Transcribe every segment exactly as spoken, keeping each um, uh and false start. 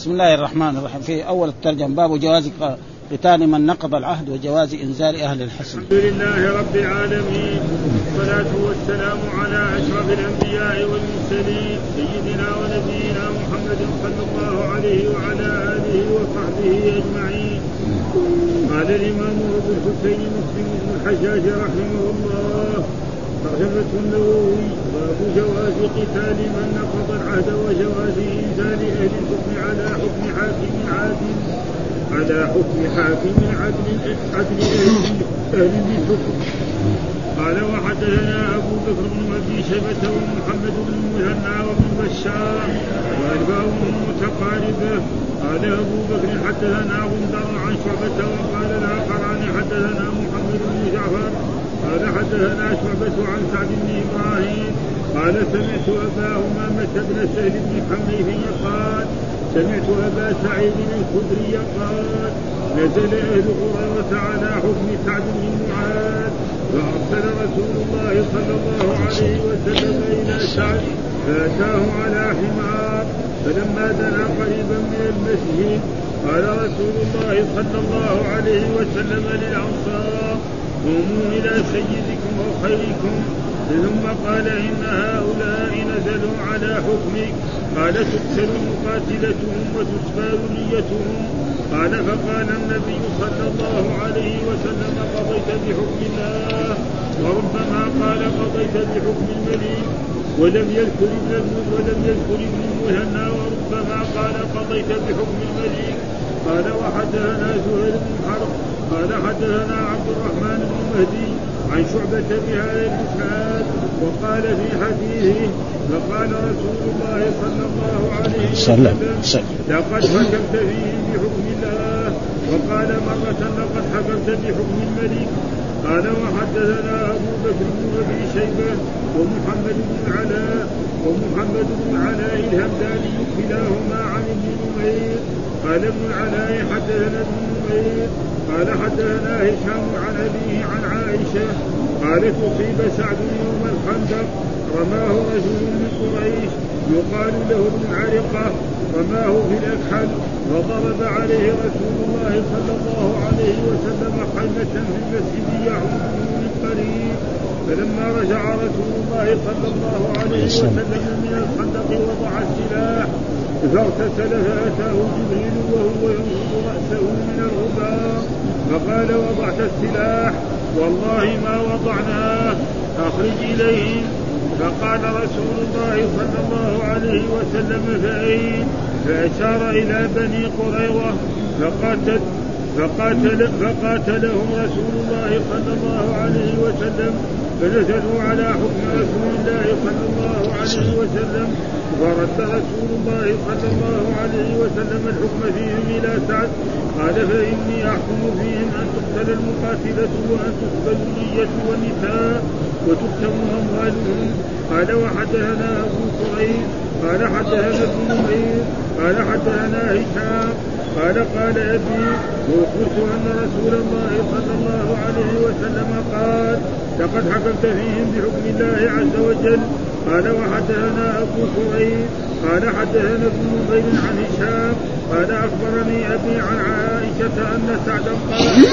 بسم الله الرحمن الرحيم. في أول الترجمة باب جواز قتال من نقض العهد وجواز إنزال أهل الحسن. الحمد لله رب العالمين، والصلاة والسلام على أشرف الأنبياء والمرسلين سيدنا ونبينا محمد صلى الله عليه وعلى آله وصحبه أجمعين. قال الإمام أبو الحسين مسلم بن الحجاج رحمه الله: ترجمة النووي: باب جواز قتال من نقض العهد وجواز إنزال أهل الحكم على حكم حاكم عادل على حكم حاكم عدل عدل أهل بالحكم. قال: وحدثنا أبو بكر بن أبي شيبة ومحمد بن المثنى وابن بشار وألفاظهم متقاربة. قال أبو بكر: حدثنا غندر عن شعبة. وقال الآخران: حدثنا محمد بن جعفر قال حدثنا شعبة عن سعد بن إبراهيم قال: سمعت أبا أمامة بن سهل بن حنيف قال: سمعت أبا سعيد الخدري قال: نزل أهل قريظة على حكم سعد بن معاذ، فأرسل رسول الله صلى الله عليه وسلم إلى سعد فأتاه على حمار، فلما دنا قريبا من المسجد قال رسول الله صلى الله عليه وسلم للأنصار: قوموا إلى سيدكم وخيركم. ثم قال: إن هؤلاء نزلوا على حكمك. قال: تقتل مقاتلتهم وتسفى نيتهم. قال: فقال النبي صلى الله عليه وسلم: قضيت بحكم الله. وربما قال: قضيت بحكم الملك، ولم يذكر ابن ولم يذكر ابن المثنى. وربما قال: قضيت بحكم الملك. قال: وحدثنا زهير بن حرب قال: حدثنا عبد الرحمن بن مهدي عن شعبة بهذا الإسناد. وقال في حديثه: فقال رسول الله صلى الله عليه وسلم: لقد حكمت فيه بحكم الله. وقال مرة: لقد حكمت بحكم الملك. قال: وحدثنا أبو بكر بن أبي شيبة ومحمد بن علاء ومحمد بن علاء الهمداني كلاهما عن ابن نمير. قال ابن العلاء: حدثنا ابن نمير قال: حدثنا هشام عن أبيه عن عائشة قالت: أصيب سعد يوم الخندق، رماه رجل من قريش يقال له ابن عرقة، رماه في الأكحل، وضرب عليه رسول الله صلى الله عليه وسلم خيمة في المسجد يعوده من قريب. فلما رجع رسول الله صلى الله عليه وسلم من الخندق وضع السلاح، فاغتسل فأتاه جبريل وهو ينقض رأسه من الغبار، فقال: وضعت السلاح؟ والله ما وضعناه، أخرج إليهم. فقال رسول الله صلى الله عليه وسلم: فأين؟ فأشار إلى بني قريظة فقاتل فقاتل فقاتلهم رسول الله صلى الله عليه وسلم، فنزلوا على حكم رسول الله صلى الله عليه وسلم، ورد رسول الله صلى الله عليه وسلم الحكم فيهم إلى سعد. قال: فإني أحكم فيهم أن تقتل المقاتلة وأن تقتل النية والنساء وتقتل أموالهم. قال: وحدثنا أبو كريب قال: حدثنا ابن نمير قال: حدثنا هشام قال: قال أبي: وقلت أن رسول الله صلى الله عليه وسلم قال: لقد حكمت فيهم بحكم الله عز وجل. قال: وحدثنا أبو كريب قال: حدثنا ابن نمير عن هشام قال: أخبرني أبي عن عائشة أن سعدا قال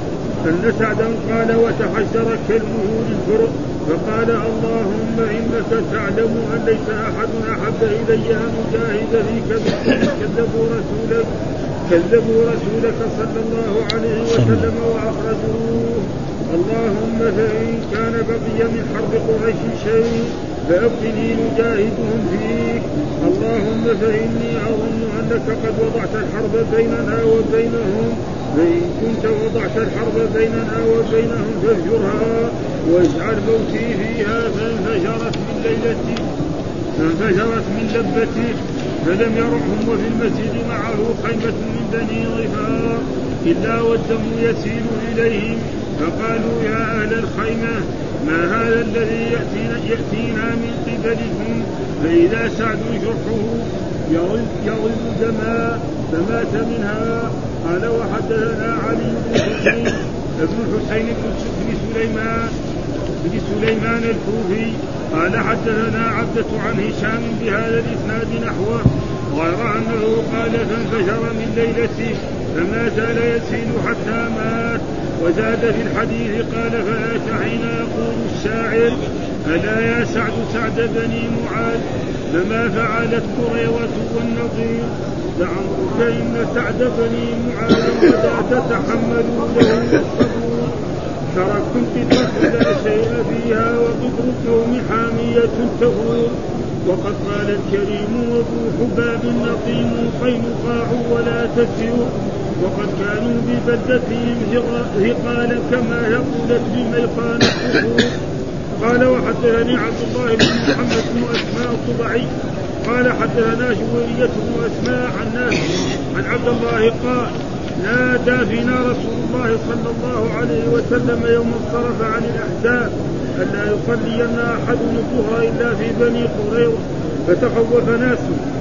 أن سعدا قال: وتحجر كلمه للفرق، فقال: اللهم إنك تعلم أن ليس أحد أحب إلي أن أجاهد فيك كذبوا رسولك كذبوا رسولك صلى الله عليه وسلم وأخرجوه. اللهم فإن كان بقي من حرب قريش شيء فأبقني نجاهدهم فيك. اللهم فإني أظن أنك قد وضعت الحرب بيننا وبينهم، فإن كنت وضعت الحرب بيننا وبينهم فافجرها واجعل موتي فيها. فانفجرت من ليلتي فانفجرت من لبته فلم يرعهم، وفي المسجد معه خيمة من بني غفار إلا والدم يسيل إليهم، فقالوا: يا أهل الخيمة، ما هذا الذي يأتينا, يأتينا من قبلكم؟ فإذا سعد جرحه يغلب دماء فمات منها. قال: وحدثنا علي بن حسين ابن الحسين بن سليمان بن سليمان الكوفي قال: حدثنا عبدة عن هشام بهذا الإسناد نحوه. غير أنه قال فانفجر من ليلته فما زال يسيل حتى مات. وزاد في الحديث قال فأتى حين يقول الشاعر ألا يا سعد سعد بني معاذ فما فعلت كريوة والنظير لعمرك إن سعد بني معاذ ولا تتحملوا له الصبور تركتم قطرة لا شيء فيها وقطر القوم حامية تفور. وقد قال الكريم وذو حباب نقيم قينقاع ولا تسير وقد كانوا ببلدتهم ثقالا كما يقولت بميخان الصخور. قال وحدثني عبد الله بن محمد بن أسماء الطبعي قال حدثنا جويرية بن أسماء عن نافع عن عبد الله قال نادى فينا رسول الله صلى الله عليه وسلم يوم انصرف عن الأحزاب ألا يصلين أحد الظهر إلا في بني قريظة فتخوف ناس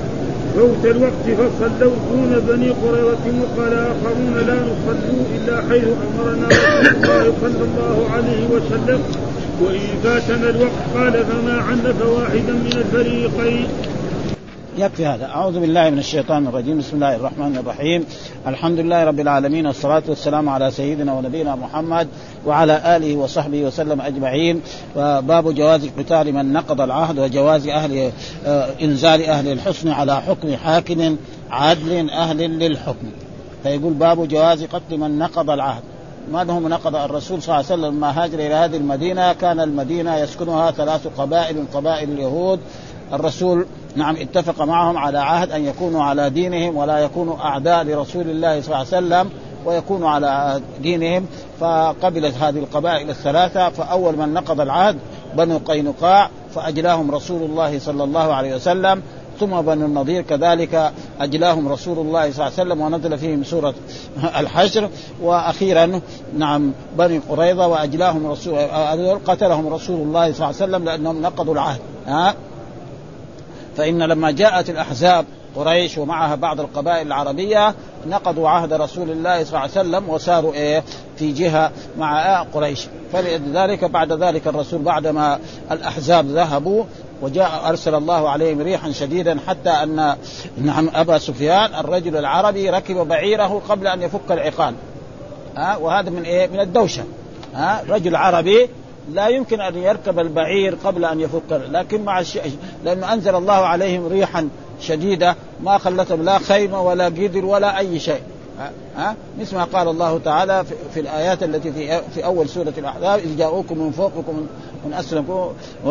فوت الوقت فصلوا دون بني قريظة وقال آخرون لا نصلوا إلا حيث أمرنا رسول الله صلى الله عليه وسلم وإن فاتنا الوقت قال فما عنف واحدا من الفريقين. يكفي هذا. أعوذ بالله من الشيطان الرجيم. بسم الله الرحمن الرحيم. الحمد لله رب العالمين والصلاة والسلام على سيدنا ونبينا محمد وعلى آله وصحبه وسلم أجمعين. باب جواز قتال من نقض العهد وجواز أهل إنزال أهل الحسن على حكم حاكم عدل أهل للحكم. فيقول باب جواز قتل من نقض العهد. ما هم نقض الرسول صلى الله عليه وسلم ما هاجر إلى هذه المدينة كان المدينة يسكنها ثلاث قبائل من قبائل اليهود. الرسول نعم اتفق معهم على عهد أن يكونوا على دينهم ولا يكونوا أعداء لرسول الله صلى الله عليه وسلم ويكونوا على دينهم. فقبلت هذه القبائل الثلاثة. فأول من نقض العهد بنو قينقاع فأجلاهم رسول الله صلى الله عليه وسلم. ثم بنو النضير كذلك أجلاهم رسول الله صلى الله عليه وسلم ونزل فيهم سورة الحشر. وأخيرا نعم بني قريظة وأجلاهم رسول قتلهم رسول الله صلى الله عليه وسلم لأنهم نقضوا العهد. ها فإن لما جاءت الأحزاب قريش ومعها بعض القبائل العربية نقضوا عهد رسول الله صلى الله عليه وسلم وساروا إيه في جهة مع قريش. فلذلك بعد ذلك الرسول بعدما الأحزاب ذهبوا وجاء أرسل الله عليهم ريحا شديدا حتى أن نعم أبا سفيان الرجل العربي ركب بعيره قبل أن يفك العقال. ها وهذا من إيه من الدوشة. ها رجل عربي لا يمكن أن يركب البعير قبل أن يفك لكن مع الشيء لأنه أنزل الله عليهم ريحا شديدة ما خلتهم لا خيمة ولا قدر ولا أي شيء. ها مثل ما قال الله تعالى في, في الآيات التي في, في أول سورة الأحزاب إذ جاءوكم من فوقكم من أسلمكم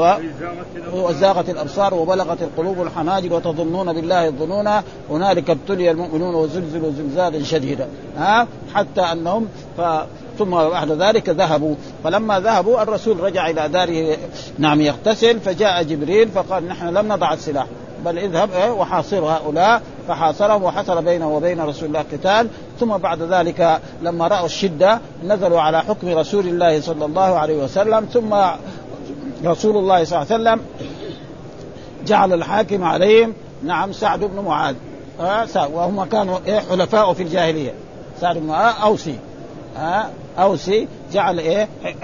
وزاغت الأبصار وبلغت القلوب الحناجر وتظنون بالله الظنون هنالك ابتلي المؤمنون وزلزلوا زلزالا شديدا. ها حتى أنهم ف ثم بعد ذلك ذهبوا. فلما ذهبوا الرسول رجع إلى داره نعم يغتسل فجاء جبريل فقال نحن لم نضع السلاح بل اذهب وحاصر هؤلاء. فحاصرهم وحصل بينه وبين رسول الله قتال. ثم بعد ذلك لما رأوا الشدة نزلوا على حكم رسول الله صلى الله عليه وسلم. ثم رسول الله صلى الله عليه وسلم جعل الحاكم عليهم نعم سعد بن معاذ. وهم كانوا حلفاء في الجاهلية. سعد بن معاذ أوسي ها أوسي جعل إيه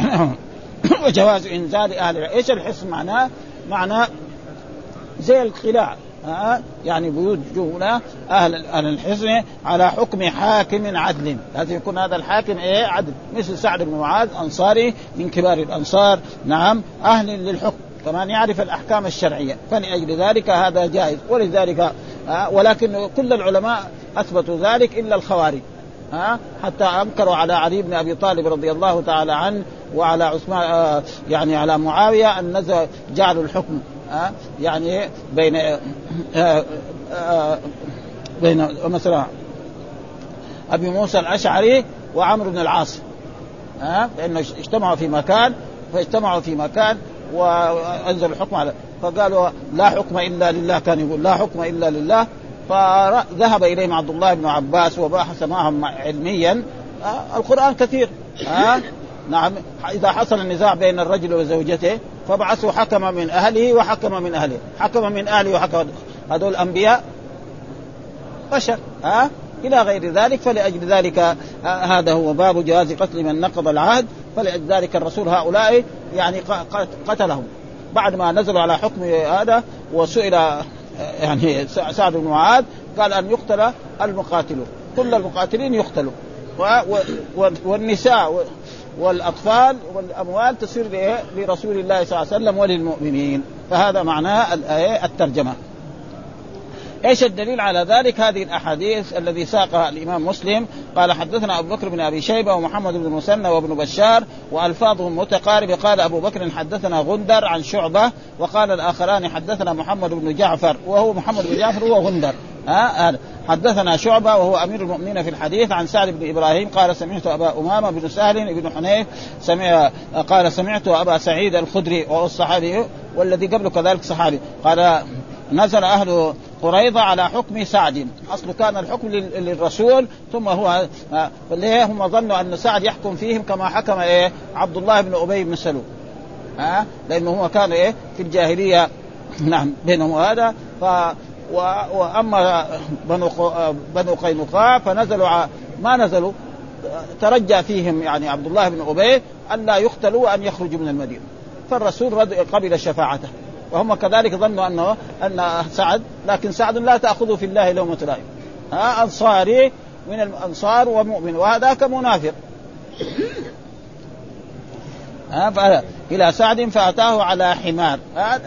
وجواز إنزال أهل إيش الحصن معناه معناه زي الخلاع. ها يعني بيوجون أهل أهل الحصن على حكم حاكم عدل. لازم يكون هذا الحاكم إيه عدل مثل سعد بن معاذ أنصاري من كبار الأنصار نعم أهل للحكم كمان يعرف الأحكام الشرعية. فلأجل ذلك هذا جائز. ولذلك ولكن كل العلماء أثبتوا ذلك إلا الخوارج. ها حتى أنكروا على علي بن أبي طالب رضي الله تعالى عنه وعلى عثمان آه يعني على معاوية أن نزل جعلوا الحكم آه يعني بين آه آه بين مثلا أبي موسى الأشعري وعمرو بن العاص. ها لأنه اجتمعوا في مكان فاجتمعوا في مكان وأنزلوا الحكم على فقالوا لا حكم إلا لله. كان يقول لا حكم إلا لله. فذهب إليهم عبد الله بن عباس وباحث معهم علميا. آه القرآن كثير. آه نعم إذا حصل النزاع بين الرجل وزوجته فبعثوا حكم من أهله وحكم من أهله. حكم من أهله وحكم هذول الأنبياء بشر. آه إلى غير ذلك. فلأجل ذلك آه هذا هو باب جواز قتل من نقض العهد. فلأجل ذلك الرسول هؤلاء يعني قتلهم بعد ما نزلوا على حكم هذا. وسئل يعني سعد بن معاذ قال أن يقتل المقاتلون، كل المقاتلين يقتلوا، والنساء والأطفال والأموال تصير لرسول الله صلى الله عليه وسلم وللمؤمنين. فهذا معناه الترجمة. ايش الدليل على ذلك؟ هذه الاحاديث الذي ساقها الامام مسلم. قال حدثنا ابو بكر بن ابي شيبه ومحمد بن المثنى وابن بشار والفاظهم متقاربه. قال ابو بكر حدثنا غندر عن شعبه، وقال الاخران حدثنا محمد بن جعفر، وهو محمد بن جعفر هو غندر. ها حدثنا شعبه وهو امير المؤمنين في الحديث عن سعد بن ابراهيم قال سمعت ابا امامه بن سهل بن حنيف سمع قال سمعت ابا سعيد الخدري وهو الصحابي والذي قبله كذلك صحابي قال نزل أهل قريظة على حكم سعد. أصله كان الحكم للرسول، ثم هو ليه هم ظنوا أن سعد يحكم فيهم كما حكم إيه عبد الله بن أبي بن سلول، ها لأنه هو كان إيه في الجاهلية نعم بينهم هذا. ف وأما بنو بنو قينقاع فنزلوا ما نزلوا ترجى فيهم يعني عبد الله بن أبي أن لا يقتلوا وأن يخرجوا من المدينة، فالرسول قبل شفاعته. وهم كذلك ظنوا أنه أن سعد، لكن سعد لا تأخذه في الله لومة لائم، ها أنصاري من الأنصار ومؤمن، وهذاك منافق. ها إلى سعد فأتاه على حمار،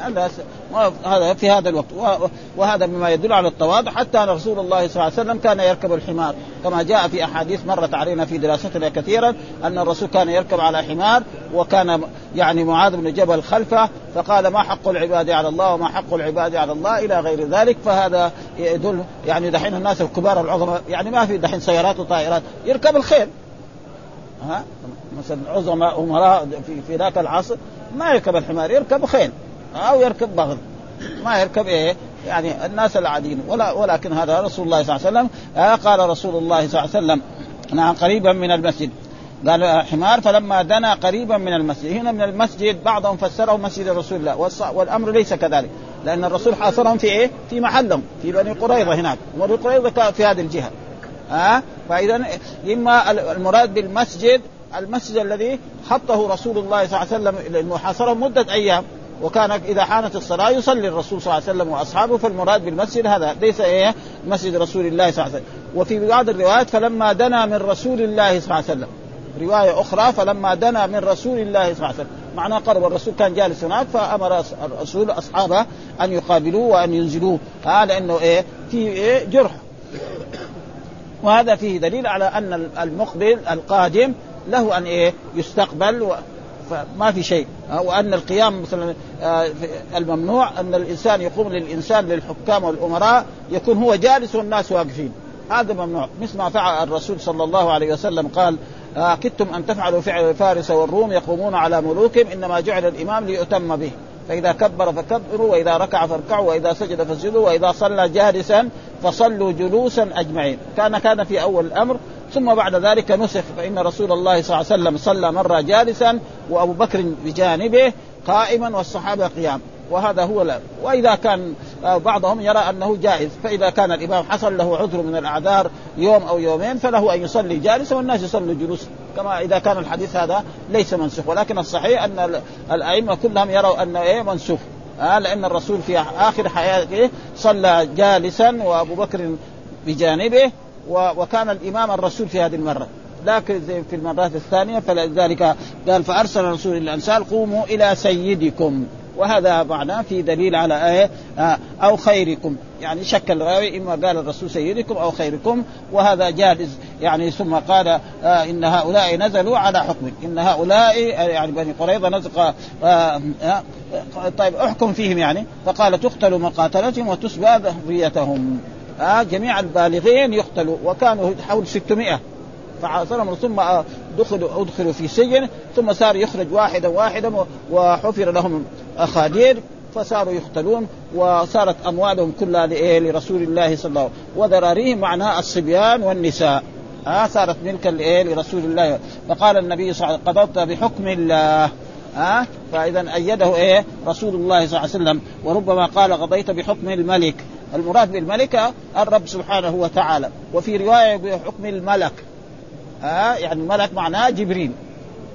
هذا في هذا الوقت، وهذا مما يدل على التواضع. حتى أن رسول الله صلى الله عليه وسلم كان يركب الحمار كما جاء في أحاديث مرت علينا في دراستنا كثيرا أن الرسول كان يركب على حمار، وكان يعني معاذ بن جبل خلفه فقال ما حق العباد على الله وما حق العباد على الله إلى غير ذلك. فهذا يدل يعني دحين الناس الكبار العظماء يعني ما في دحين سيارات وطائرات، يركب الخيل. ها مثلا عظماء أمراء في في ذاك العصر ما يركب الحمار، يركب خيل أو يركب بغل، ما يركب إيه يعني الناس العاديين. ولا ولكن هذا رسول الله صلى الله عليه وسلم. آه قال رسول الله صلى الله عليه وسلم نعم قريبا من المسجد، قال حمار فلما دنا قريبا من المسجد. هنا من المسجد بعضهم فسره مسجد رسول الله، والأمر ليس كذلك، لأن الرسول حاصرهم في إيه في محلهم في بني قريظة هناك، وبني قريظة في هذه الجهة. ها فإذا إما المراد بالمسجد المسجد الذي خطه رسول الله صلى الله عليه وسلم، لأنه حاصرهم مدة أيام، وكان إذا حانت الصلاة يصلي الرسول صلى الله عليه وسلم وأصحابه. فالمراد بالمسجد هذا ليس إيه مسجد رسول الله صلى الله عليه وسلم. وفي بعض الروايات فلما دنا من رسول الله صلى الله عليه وسلم، رواية أخرى فلما دنا من رسول الله صلى الله عليه وسلم، معناه قرب الرسول كان جالس هناك فأمر الرسول أصحابه أن يقابلوه وأن ينزلوه، ها لأنه إيه في إيه جرح. وهذا فيه دليل على أن المقبل القادم له أن إيه يستقبل و... فما في شيء. وأن القيام مثلا الممنوع أن الإنسان يقوم للإنسان للحكام والأمراء يكون هو جالس والناس واقفين، هذا ممنوع. مثل ما فعل الرسول صلى الله عليه وسلم قال كدتم أن تفعلوا فعل فارس والروم يقومون على ملوكهم إنما جعل الإمام ليؤتم به، فإذا كبر فكبروا وإذا ركع فاركعوا وإذا سجد فاسجدوا وإذا صلى جالسا فصلوا جلوسا أجمعين. كان كان في أول الأمر، ثم بعد ذلك نسخ، فإن رسول الله صلى الله عليه وسلم صلى مرة جالسا وأبو بكر بجانبه قائما والصحابة قيام، وهذا هو لا. وإذا كان بعضهم يرى أنه جائز، فإذا كان الإمام حصل له عذر من الأعذار يوم أو يومين فله أن يصلي جالسا والناس يصلوا جلوسا، كما إذا كان الحديث هذا ليس منسوخ. ولكن الصحيح أن الأئمة كلهم يروا أنه إيه منسوخ، آه لأن الرسول في آخر حياته صلى جالسا وأبو بكر بجانبه، وكان الإمام الرسول في هذه المرة، لكن في المرات الثانية فلذلك قال فأرسل الرسول إلى الأنصار قوموا إلى سيدكم، وهذا معناه في دليل على ايه آه او خيركم، يعني شكل الراوي اما قال الرسول سيدكم او خيركم، وهذا جائز يعني. ثم قال آه ان هؤلاء نزلوا على حكم، ان هؤلاء يعني بني قريظة نزل آه آه طيب احكم فيهم يعني، فقال تقتل مقاتلتهم وتسبى ذريتهم، آه جميع البالغين يقتلوا، وكانوا حول ستمائة فعاصرهم، ثم دخلوا أدخلوا في سجن، ثم صار يخرج واحدا واحدا وحفر لهم أخادير فصاروا يقتلون، وصارت أموالهم كلها لرسول الله صلى الله عليه وسلم، وذراريهم معناها الصبيان والنساء آه صارت ملكا لرسول الله. فقال النبي صلى الله عليه وسلم قضيت بحكم الله، آه فإذا أيده إيه رسول الله صلى الله عليه وسلم. وربما قال قضيت بحكم الملك، المراد بالملك الرب سبحانه وتعالى، وفي رواية بحكم الملك، آه يعني الملك معناه جبريل،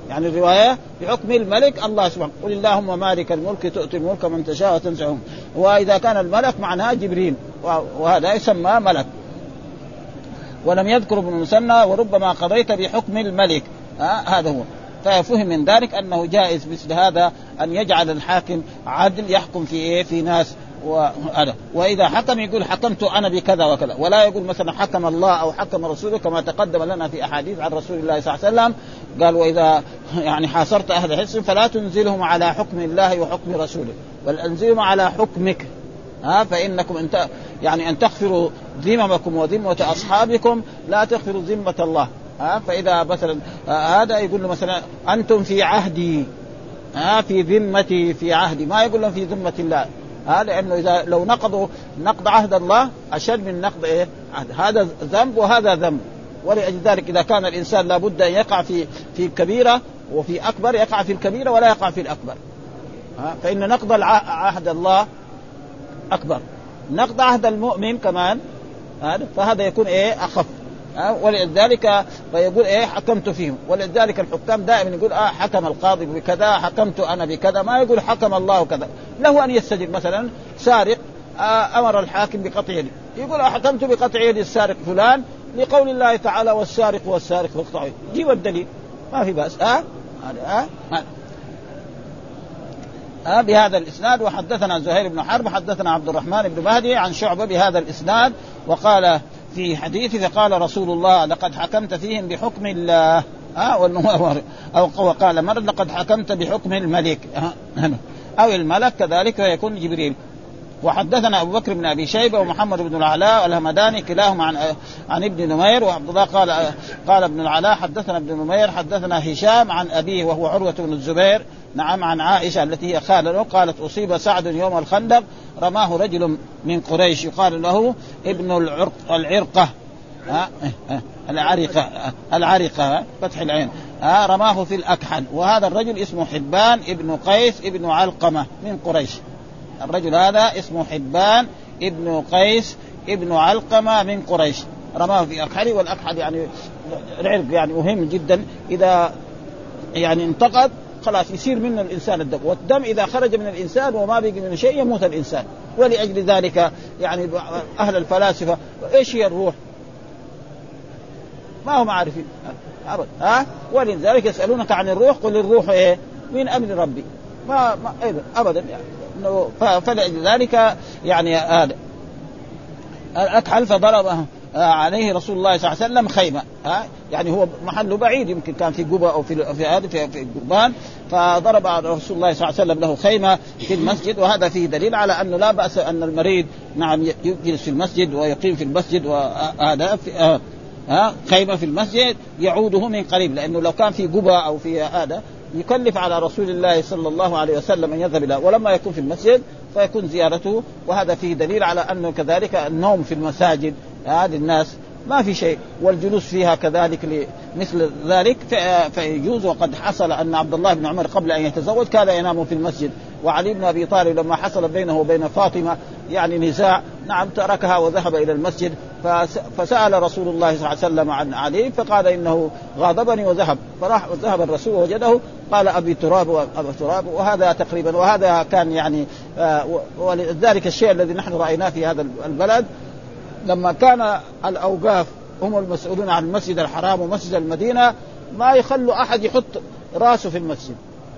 يعني الرواية بحكم الملك الله سبحانه. قل اللهم مالك الملك تؤتي الملك من تشاء وتنزعه. وإذا كان الملك معناه جبريل وهذا يسمى ملك. ولم يذكر ابن المثنى وربما قضيت بحكم الملك آه هذا هو. فيفهم من ذلك أنه جائز مثل هذا أن يجعل الحاكم عدل يحكم في إيه في ناس وهذا. وإذا حكم يقول حكمت أنا بكذا وكذا، ولا يقول مثلا حكم الله أو حكم رسوله كما تقدم لنا في أحاديث عن رسول الله صلى الله عليه وسلم. قال وإذا يعني حاصرت أهل حصن فلا تنزلهم على حكم الله وحكم رسوله بل أنزلهم على حكمك ها فإنكم انت يعني أن تغفروا ذممكم وذمة أصحابكم لا تغفروا ذمة الله. ها فإذا مثلا هذا يقول له مثلا أنتم في عهدي ها في ذمتي في عهدي، ما يقول لهم في ذمة الله. ها لأنه إذا لو نقضوا نقض عهد الله أشد من نقض إيه عهد. هذا ذنب وهذا ذنب. ولأجل ذلك إذا كان الإنسان لابد أن يقع في في كبيرة وفي أكبر يقع في الكبيرة ولا يقع في الأكبر. ها فإن نقض عهد الله أكبر، نقض عهد المؤمن كمان هذا فهذا يكون إيه أخف. ولذلك فيقول إيه حكمت فيهم. ولذلك الحكام دائما يقول آه حكم القاضي بكذا حكمت أنا بكذا، ما يقول حكم الله كذا. له أن يستجيب مثلا سارق آه أمر الحاكم بقطع يده، يقول آه حكمت بقطع يد السارق فلان لقول الله تعالى والسارق والسارق فاقطعوا، جيب الدليل ما في بأس. آه هذا آه, آه. آه بهذا الإسناد. وحدثنا زهير بن حرب حدثنا عبد الرحمن بن مهدي عن شعبة بهذا الإسناد. وقال في حديثه فقال رسول الله لقد حكمت فيهم بحكم الله آه أو وقال مرة لقد حكمت بحكم الملك آه أو الملك كذلك يكون جبريل. وحدثنا أبو بكر بن أبي شيبة ومحمد بن العلاء الهمداني كلاهما عن عن ابن نمير. وعبد الله قال قال ابن العلاء حدثنا ابن نمير حدثنا هشام عن أبيه وهو عروة بن الزبير نعم عن عائشة التي هي خالته قالت أصيب سعد يوم الخندق رماه رجل من قريش يقال له ابن العرق العرقة ها العرقة العرقة فتح العين ها رماه في الأكحل. وهذا الرجل اسمه حبان ابن قيس ابن علقمة من قريش. الرجل هذا اسمه حبان ابن قيس ابن علقمة من قريش رماه في أكحل. والأكحل يعني العرق يعني مهم جدا، إذا يعني انتقد خلاص يصير منه الإنسان الدم، والدم إذا خرج من الإنسان وما بقي منه شيء يموت الإنسان. ولأجل ذلك يعني أهل الفلاسفة إيش هي الروح ما هم عارفين أبدا ها. ولذلك يسألونك عن الروح قل الروح إيه من أمر ربي ما, ما أبدا يعني. فلذلك يعني هذا الأكحل فضربه عليه رسول الله صلى الله عليه وسلم خيمة ها يعني هو محله بعيد يمكن كان في قبة أو في في هذا في في قربان، فضرب رسول الله صلى الله عليه وسلم له خيمة في المسجد. وهذا فيه دليل على أنه لا بأس أن المريض نعم يجلس في المسجد ويقيم في المسجد. وهذا في ها خيمة في المسجد يعوده من قريب، لأنه لو كان في قبة أو في هذا يكلف على رسول الله صلى الله عليه وسلم أن يذهب إلى، ولما يكون في المسجد فيكون زيارته. وهذا فيه دليل على أنه كذلك النوم في المساجد هذه الناس ما في شيء، والجلوس فيها كذلك مثل ذلك فيجوز. وقد حصل أن عبد الله بن عمر قبل أن يتزوج كان ينام في المسجد، وعلي بن أبي طالب لما حصل بينه وبين فاطمة يعني نزاع نعم تركها وذهب إلى المسجد. فسأل رسول الله صلى الله عليه وسلم عن علي فقال إنه غاضبني وذهب. فراح ذهب الرسول وجده قال أبي تراب وأبي تراب. وهذا تقريبا وهذا كان يعني آه ولذلك الشيء الذي نحن رأيناه في هذا البلد لما كان الأوقاف هم المسؤولون عن المسجد الحرام ومسجد المدينة ما يخلوا أحد يحط رأسه في المسجد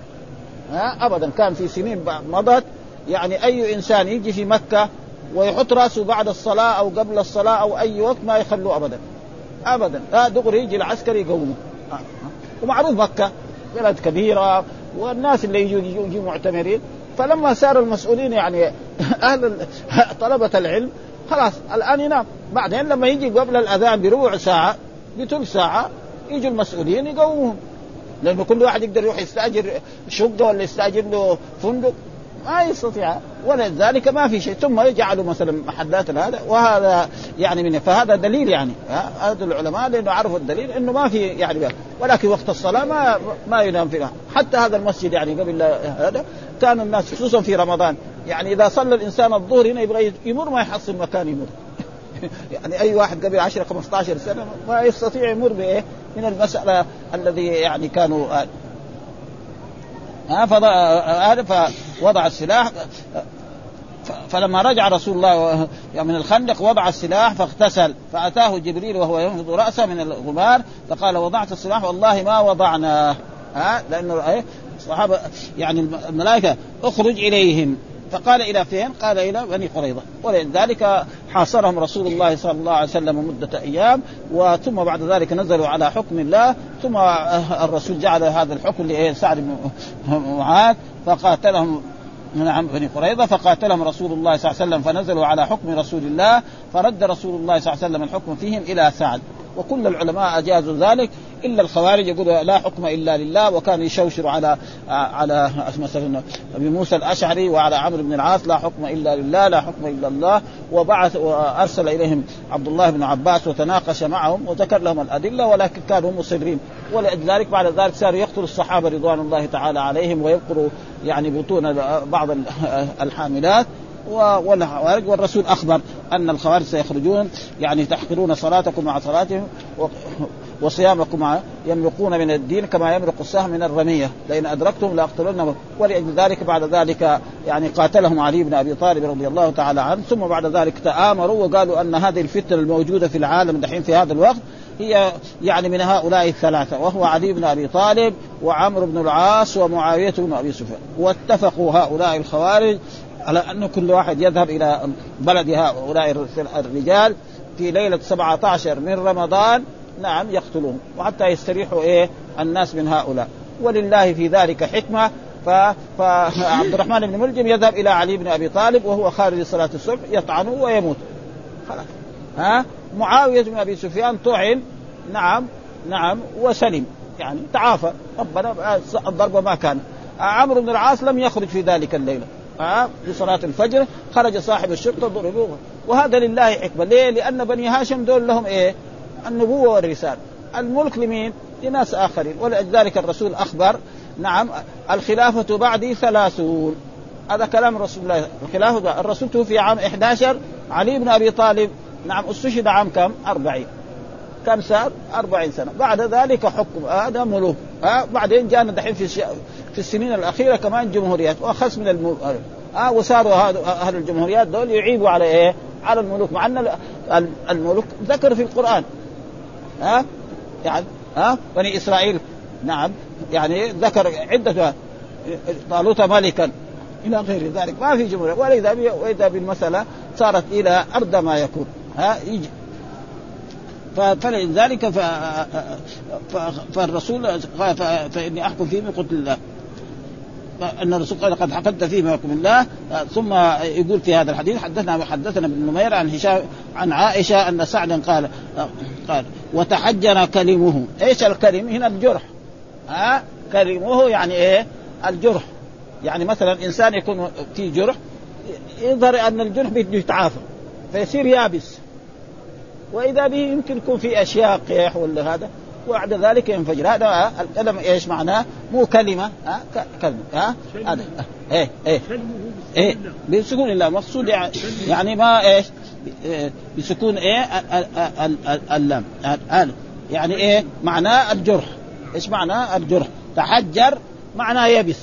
ها أبدا. كان في سنين مضت يعني أي إنسان يجي في مكة ويحط رأسه بعد الصلاة أو قبل الصلاة أو أي وقت ما يخلوه أبدا أبدا. ها دغري يجي العسكري يقومه. ومعروف مكة بلد كبيرة والناس اللي يجوا يجوا معتمرين. فلما صار المسؤولين يعني أهل طلبة العلم خلاص الآن ينام. بعدين لما يجي قبل الأذان بربع ساعة بثلث ساعة يجوا المسؤولين يقومون، لأنه كل واحد يقدر يروح يستأجر شقة ولا يستأجر له فندق ما يستطيع. ولذلك ما في شيء. ثم يجعلوا مثلا محلات هذا وهذا يعني من فهذا دليل يعني هذا العلماء لأنه عرفوا الدليل إنه ما في يعني بقى. ولكن وقت الصلاة ما ما ينام فيها. حتى هذا المسجد يعني قبل هذا كان الناس خصوصا في رمضان يعني إذا صلى الإنسان الظهر هنا يبغى يمر ما يحصل مكان يمر يعني أي واحد قبل عشرة خمسة عشر سنة ما يستطيع يمر بإيه من المسألة الذي يعني كانوا ها فوضع السلاح. فلما رجع رسول الله من الخندق وضع السلاح فاغتسل، فأتاه جبريل وهو ينفض رأسه من الغبار فقال وضعت السلاح والله ما وضعنا، ها لأنه الصحابة يعني الملائكة اخرج إليهم، فقال إلى فين؟ قال إلى بني قريظة، ولذلك حاصرهم رسول الله صلى الله عليه وسلم مدة أيام، وثم بعد ذلك نزلوا على حكم الله، ثم الرسول جعل هذا الحكم لسعد بن معاذ فقاتلهم من بني قريظة، فقاتلهم رسول الله صلى الله عليه وسلم فنزلوا على حكم رسول الله، فرد رسول الله صلى الله عليه وسلم الحكم فيهم إلى سعد. وكل العلماء أجازوا ذلك إلا الخوارج يقولوا لا حكم إلا لله، وكان يشوشر على على مثلا أبي موسى الأشعري وعلى عمرو بن العاص لا حكم إلا لله لا حكم إلا الله، وبعث وأرسل إليهم عبد الله بن عباس وتناقش معهم وذكر لهم الأدلة ولكن كانوا مصرين، ولذلك بعد ذلك صاروا يقتلوا الصحابة رضوان الله تعالى عليهم ويبقروا يعني بطون بعض الحاملات والخوارج. والرسول أخبر أن الخوارج سيخرجون يعني تحقرون صلاتكم مع صلاتهم وصيامكم مع يمرقون من الدين كما يمرق السهم من الرمية لئن أدركتم لأقتلنهم. ولذلك بعد ذلك يعني قاتلهم علي بن أبي طالب رضي الله تعالى عنه، ثم بعد ذلك تآمروا وقالوا أن هذه الفتنة الموجودة في العالم دحين في هذا الوقت هي يعني من هؤلاء الثلاثة، وهو علي بن أبي طالب وعمرو بن العاص ومعاوية بن أبي سفيان. واتفقوا هؤلاء الخوارج على أن كل واحد يذهب إلى بلد هؤلاء الرجال في ليلة سبعة عشر من رمضان، نعم يقتلون وحتى يستريحوا إيه الناس من هؤلاء. ولله في ذلك حكمة. فعبد الرحمن بن ملجم يذهب إلى علي بن أبي طالب وهو خارج صلاة الصبح يطعنه ويموت خلاص. ها معاوية بن أبي سفيان طعن، نعم نعم وسلم يعني تعافى ربنا الضربة ما كان. عمرو بن العاص لم يخرج في ذلك الليلة آه لصلاة الفجر، خرج صاحب الشرطة ضربوه. وهذا لله حكمة. ليه؟ لأن بني هاشم دول لهم إيه النبوة والرسالة، الملك لمين؟ لناس آخرين. ولذلك الرسول أخبر نعم الخلافة بعدي ثلاثون، هذا كلام رسول الله. الخلافة الرسول توفي عام إحدى عشر، علي بن أبي طالب نعم استشهد عام كم؟ أربعين، كم صار؟ أربعين سنة. بعد ذلك حكم هذا ملوك. آه بعدين جاءنا دحين في في السنين الأخيرة كمان جمهوريات وأخص من الملوك. آه وصاروا أهل الجمهوريات دول يعيبوا على إيه؟ على الملوك، مع أن الملوك ذكر في القرآن ها آه يعني ها آه بني إسرائيل نعم يعني ذكر عدة طالوت ملكا إلى غير ذلك، ما في جمهورية. وإذا وإذا بالمسألة صارت إلى أرض ما يكون ها يجي. فلذلك فالرسول قال فإني أحكم فيه بقتل الله، أن الرسول قال قد حكمت فيه بحكم الله. ثم يقول في هذا الحديث حدثنا حدثنا ابن نمير عن هشام عن عائشة أن سعدا قال قال وتحجر كلمه. إيش الكلم هنا؟ الجرح. ها كلمه يعني إيه؟ الجرح. يعني مثلا إنسان يكون في جرح يظهر أن الجرح بده يتعافى فيصير يابس، وإذا به يمكن يكون في أشياء قيح ولا هذا، وبعد ذلك ينفجر. هذا الكلمة إيش معناه؟ مو كلمة ها كلمة ها هذا إيه إيه إيه بسكون الله مقصود يعني ما إيش بسكون إيه اللام يعني إيه معناه الجرح. إيش معناه الجرح؟ تحجر معناه يبس.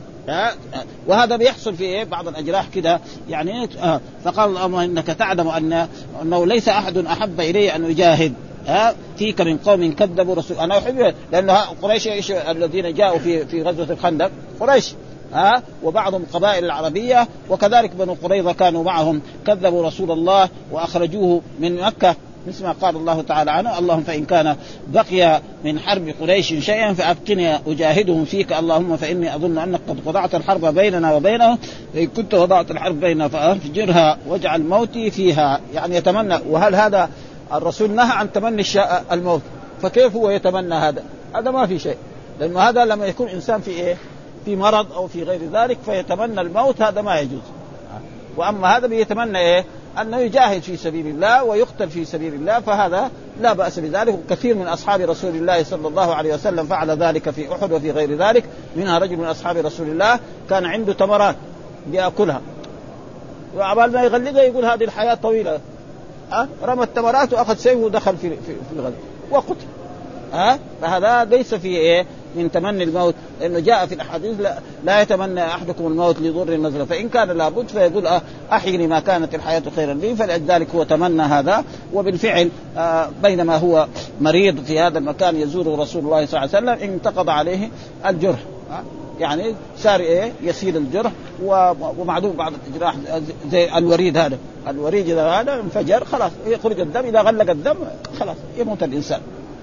وهذا بيحصل في إيه؟ بعض الأجراح كده يعني. فقال اللهم إنك تعلم أن أنه ليس أحد أحب إلي أن يجاهد ها فيك من قوم كذبوا رسول. أنا أحب لأن قريش الذين جاءوا في في غزوة الخندق قريش ها وبعضهم قبائل العربية، وكذلك بنو قريظة كانوا معهم كذبوا رسول الله وأخرجوه من مكة، مثل ما قال الله تعالى عنه اللهم فإن كان بقي من حرب قريش شيئا فأبقني أجاهدهم فيك اللهم فإني أظن أنك قد وضعت الحرب بيننا وبينهم فإن كنت وضعت الحرب بيننا فأفجرها واجعل موتي فيها. يعني يتمنى. وهل هذا الرسول نهى عن تمني الموت؟ فكيف هو يتمنى هذا؟ هذا ما في شيء، لأنه هذا لما يكون إنسان في إيه في مرض أو في غير ذلك فيتمنى الموت هذا ما يجوز. وأما هذا بيتمنى إيه أنه يجاهد في سبيل الله ويقتل في سبيل الله، فهذا لا بأس بذلك. وكثير من أصحاب رسول الله صلى الله عليه وسلم فعل ذلك في أحد وفي غير ذلك. منها رجل من أصحاب رسول الله كان عنده تمرات بيأكلها، وعبال ما يغلقها يقول هذه الحياة طويلة أه؟ رمى التمرات وأخذ سيفه ودخل في, في, في الغد وقتل. أه؟ فهذا ليس فيه إيه من تمني الموت، لأنه جاء في الأحاديث لا, لا يتمنى أحدكم الموت لضر نزله، فإن كان لابد فيقول أحيني ما كانت الحياة خيرا لي، فلذلك هو تمنى هذا. وبالفعل بينما هو مريض في هذا المكان يزوره رسول الله صلى الله عليه وسلم انتقض عليه الجرح، يعني صار إيه يسيل الجرح. ومعلوم بعض الجراح زي الوريد، هذا الوريد إذا هذا انفجر خلاص يخرج الدم، إذا غلق الدم خلاص يموت الإنسان.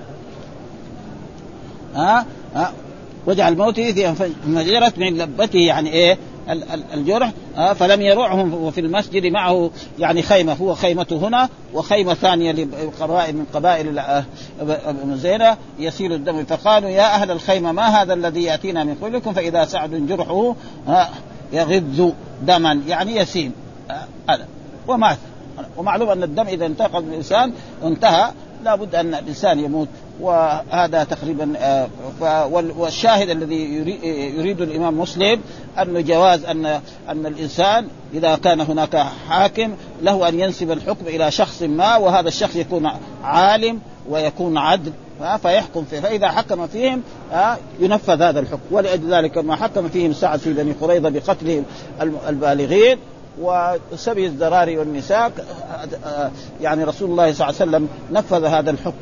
ها ها وجعل موته في انفجرت من لبته، يعني إيه الجرح. فلم يرعهم، وفي المسجد معه يعني خيمة، هو خيمته هنا وخيمة ثانية لقبائل من قبائل زينة يسيل الدم. فقالوا يا أهل الخيمة ما هذا الذي يأتينا من قبلكم، فإذا سعد جرحه يغذ دما، يعني يسيل هذا ومات. ومعلوم أن الدم إذا انتقل من الإنسان انتهى، لابد أن الإنسان يموت. وهذا تقريبا. والشاهد الذي يريد الإمام مسلم أنه جواز أن أن الإنسان إذا كان هناك حاكم له أن ينسب الحكم إلى شخص ما، وهذا الشخص يكون عالم ويكون عدل فيحكم فيه، فإذا حكم فيهم ينفذ هذا الحكم. ولذلك ما حكم فيهم سعد في بني قريظة بقتل البالغين وسبي الذراري والنساء، يعني رسول الله صلى الله عليه وسلم نفذ هذا الحكم.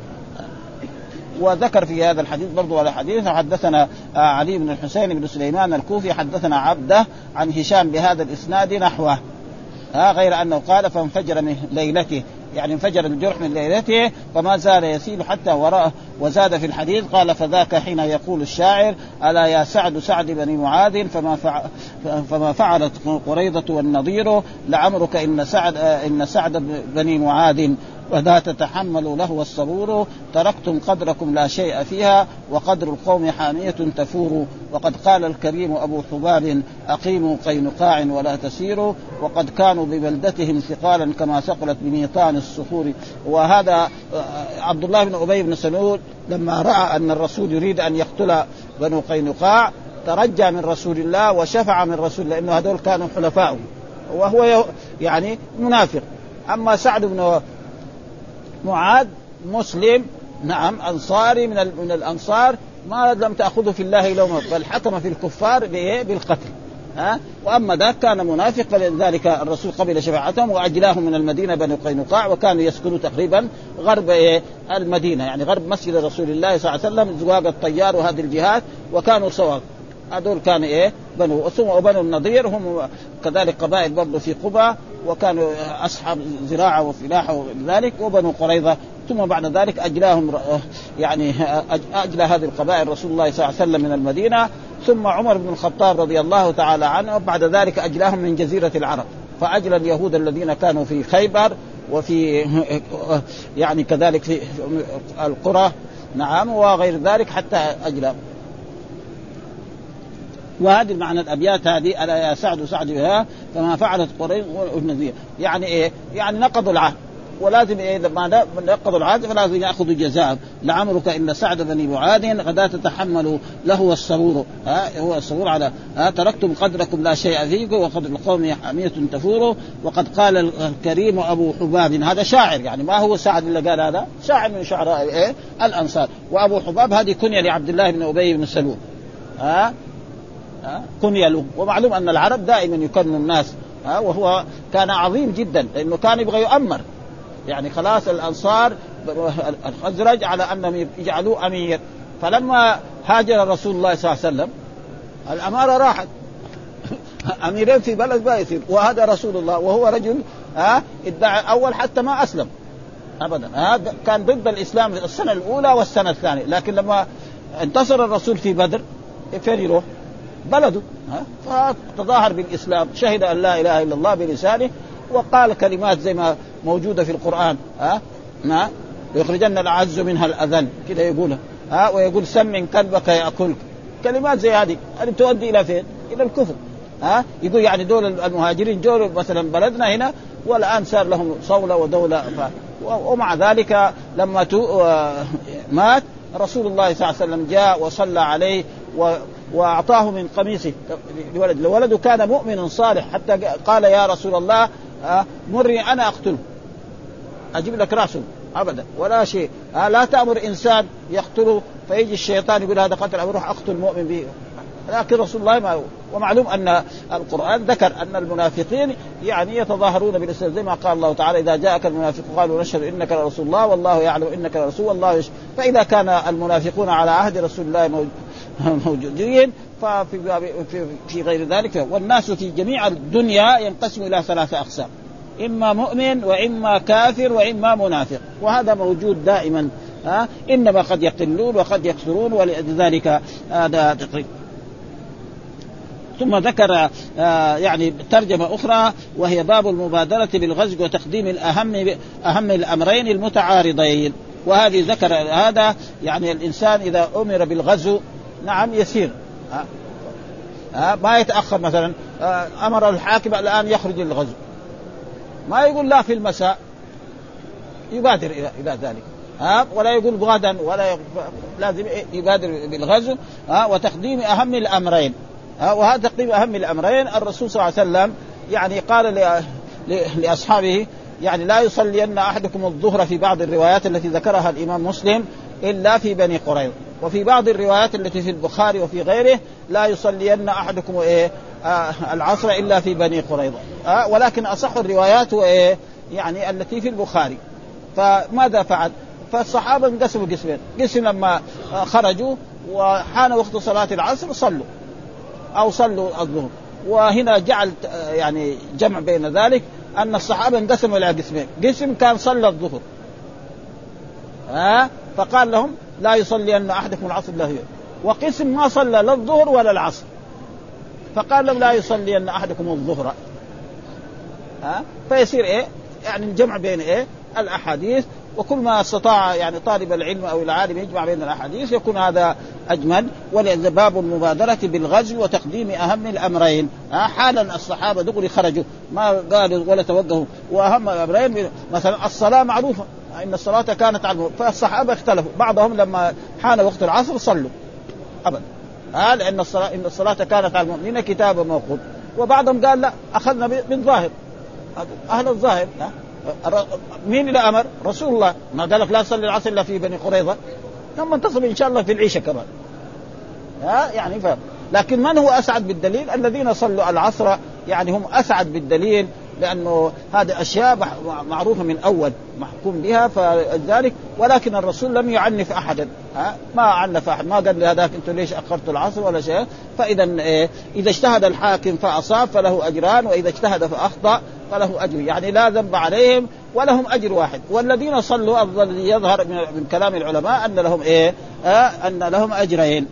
وذكر في هذا الحديث برضو على حديث حدثنا علي بن الحسين بن سليمان الكوفي حدثنا عبده عن هشام بهذا الإسناد نحوه، غير أنه قال فانفجر من ليلته، يعني انفجر الجرح من ليلته فما زال يسيل حتى وراءه. وزاد في الحديث قال فذاك حين يقول الشاعر ألا يا سعد سعد بني معاذ فما, فع فما فعلت قريضة والنضير لعمرك إن سعد, إن سعد بني معاذ وذا تتحمل له والصبور تركتم قدركم لا شيء فيها وقدر القوم حامية تفور. وقد قال الكريم أبو حباب أقيموا قينقاع ولا تسيروا وقد كانوا ببلدتهم ثقالا كما ثقلت بميطان الصخور. وهذا عبد الله بن أبي بن سلول لما رأى أن الرسول يريد أن يقتل بنو قينقاع ترجى من رسول الله وشفع من رسول الله، لأنه هذول كانوا حلفاء وهو يعني منافق. أما سعد بن معاذ مسلم نعم أنصاري من من الأنصار ما لم تأخذه في الله لومة، بل حكم في الكفار بالقتل. ها وأما ذاك كان منافق، فلذلك الرسول قبل شفاعتهم وأجلاهم من المدينة بنو قينقاع، وكانوا يسكنوا تقريبا غرب المدينة، يعني غرب مسجد رسول الله صلى الله عليه وسلم، زواج الطيار وهذه الجهات، وكانوا سواء. هذول كانوا إيه بنو وبنو النضير هم كذلك قبائل برضو في قبى، وكانوا أصحاب زراعة وفلاحة وذلك. وبنو قريظة ثم بعد ذلك أجلاهم يعني أجلى هذه القبائل رسول الله صلى الله عليه وسلم من المدينة. ثم عمر بن الخطاب رضي الله تعالى عنه بعد ذلك أجلاهم من جزيرة العرب، فأجلى اليهود الذين كانوا في خيبر وفي يعني كذلك في القرى نعم وغير ذلك حتى أجلاهم. وهذه المعنى الأبيات هذه ألا يا سعد سعد بها فما فعلت قريظ والنذير، يعني إيه يعني نقضوا العهد، ولازم إيه لما نقضوا العهد فلازم يأخذوا جزاء. لعمرك إن سعد بني معاذ غدا تتحمل له الصبور، ها هو الصبور على ها تركتم قدركم لا شيء فيكم وقدر القوم حامية تفور. وقد قال الكريم أبو حباب، هذا شاعر يعني ما هو سعد اللي قال، هذا شاعر من شعراء إيه الأنصار. وأبو حباب هذه كنية لعبد الله بن أبي بن سلول، ها كنية له. ومعلوم أن العرب دائما يكنوا الناس، ها وهو كان عظيم جدا لأنه كان يبغى يؤمر، يعني خلاص الأنصار الخزرج على أنهم يجعلوه أمير. فلما هاجر رسول الله صلى الله عليه وسلم الأمارة راحت أميرين في بلد ما يصير، وهذا رسول الله وهو رجل ها ادعى أول حتى ما أسلم أبدا، ها كان ضد الإسلام في السنة الأولى والسنة الثانية، لكن لما انتصر الرسول في بدر فين يروح؟ بلده، فتظاهر بالإسلام، شهد أن لا إله إلا الله بلسانه وقال كلمات زي ما موجودة في القرآن، ها ما يخرجن الأعز منها الأذل كده يقولها، ها ويقول سمن كلبك يأكلك، كلمات زي هذه هذه تؤدي إلى فين؟ إلى الكفر. ها يقول يعني دول المهاجرين جولوا مثلا بلدنا هنا والآن صار لهم صولة ودولة ف... ومع ذلك لما تو... مات رسول الله صلى الله عليه وسلم جاء وصلى عليه و... وأعطاه من قميصه لولد، لولده كان مؤمن صالح حتى قال يا رسول الله مرني أنا أقتله أجيب لك رأسه، أبدا ولا شيء. لا تأمر إنسان يقتله فيجي الشيطان يقول هذا قتل أروح أقتل مؤمن به، لكن رسول الله ما هو. ومعلوم أن القرآن ذكر أن المنافقين يعني يتظاهرون بالإسلام زي ما قال الله تعالى إذا جاءك المنافق قالوا نشهد إنك لرسول الله والله يعلم إنك لرسول والله يشهد. فإذا كان المنافقون على عهد رسول الله موجودين ففي في غير ذلك. والناس في جميع الدنيا ينقسم إلى ثلاثة أقسام، إما مؤمن وإما كافر وإما منافق، وهذا موجود دائما. ها إنما قد يقلون وقد يكثرون ولذلك هذا تقريبا. ثم ذكر آه يعني ترجمة أخرى وهي باب المبادرة بالغزو وتقديم الأهم أهم الأمرين المتعارضين. وهذه ذكر هذا يعني الإنسان إذا أمر بالغزو نعم يسير، ها آه ما يتأخر. مثلا آه أمر الحاكم الآن يخرج للغزو، ما يقول لا في المساء، يبادر إلى إلى ذلك. ها ولا يقول غدا ولا لازم يبادر بالغزو. ها وتقديم أهم الأمرين. ها وهذا تقديم أهم الأمرين. الرسول صلى الله عليه وسلم يعني قال لأصحابه يعني لا يصلين أحدكم الظهر في بعض الروايات التي ذكرها الإمام مسلم إلا في بني قريظة، وفي بعض الروايات التي في البخاري وفي غيره لا يصلين أحدكم إيه آه العصر إلا في بني قريظة. آه ولكن أصح الروايات إيه يعني التي في البخاري. فماذا فعل؟ فالصحابة انقسموا قسمين، قسم لما خرجوا وحان وقت صلاة العصر صلوا أو صلوا الظهر. وهنا جعل يعني جمع بين ذلك أن الصحابة انقسموا إلى قسمين، قسم كان صلى الظهر ها فقال لهم لا يصلي أن أحدكم العصر له، وقسم ما صلى لا الظهر ولا العصر فقال لهم لا يصلي أن أحدكم الظهر. ها فيصير إيه يعني الجمع بين إيه الأحاديث، وكل ما استطاع يعني طالب العلم أو العالم يجمع بين الأحاديث يكون هذا أجمل. ولذا باب المبادرة بالغزو وتقديم أهم الأمرين. حالا الصحابة دغري خرجوا ما قالوا ولا توجهوا، وأهم الأمرين مثلا الصلاة معروفة إن الصلاة كانت على المؤمنين، فالصحابة اختلفوا، بعضهم لما حان وقت العصر صلوا أبدا ها لأن الصلاة إن الصلاة كانت على المؤمنين كتابا موقوت، وبعضهم قال لا أخذنا بالظاهر أهل الظاهر. مين اللي أمر؟ رسول الله، ما قال لك لا تصلي العصر إلا في بني قريظة، ثم انتصب إن شاء الله في العيشة كمان. ها يعني فهم. لكن من هو أسعد بالدليل؟ الذين صلوا العصر يعني هم أسعد بالدليل، لأنه هذه أشياء معروفة من أول محكوم بها فذلك. ولكن الرسول لم يعنف أحدا، ها ما عنف أحد، ما قال لهذاك أنتم ليش أخرتوا العصر ولا شيء. فإذا إيه إذا اجتهد الحاكم فأصاب فله أجران، وإذا اجتهد فأخطأ فله أجر، يعني لا ذنب عليهم ولهم أجر واحد. والذين صلوا الذي يظهر من كلام العلماء أن لهم إيه آه أن لهم أجرين.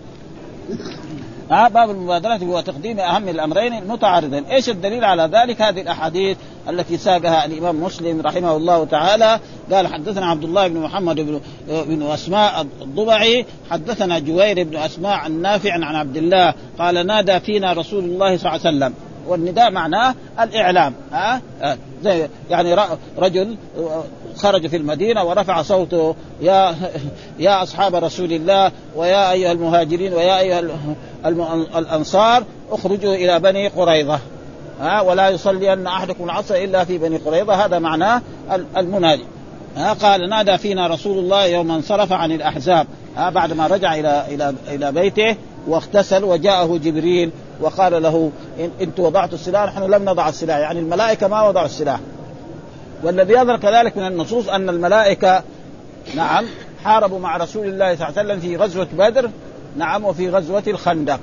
آه باب المبادرة هو تقديم أهم الأمرين المتعارضين. إيش الدليل على ذلك؟ هذه الأحاديث التي ساقها الإمام مسلم رحمه الله تعالى قال حدثنا عبد الله بن محمد بن, بن أسماء الضبعي حدثنا جوير بن أسماء النافع عن عبد الله قال نادى فينا رسول الله صلى الله عليه وسلم. والنداء معناه الإعلام. ها آه زي يعني رجل خرج في المدينة ورفع صوته يا يا أصحاب رسول الله ويا أيها المهاجرين ويا أيها الأنصار اخرجوا إلى بني قريظة ها ولا يصلي أن أحدكم العصر إلا في بني قريظة. هذا معناه المنادي. ها قال نادى فينا رسول الله يوم انصرف عن الأحزاب ها بعد ما رجع إلى إلى إلى بيته واغتسل وجاءه جبريل وقال له إن أنت وضعت السلاح نحن لم نضع السلاح، يعني الملائكة ما وضعوا السلاح. والذي يظهر كذلك من النصوص أن الملائكة نعم حاربوا مع رسول الله صلى الله عليه وسلم في غزوة بدر نعم وفي غزوة الخندق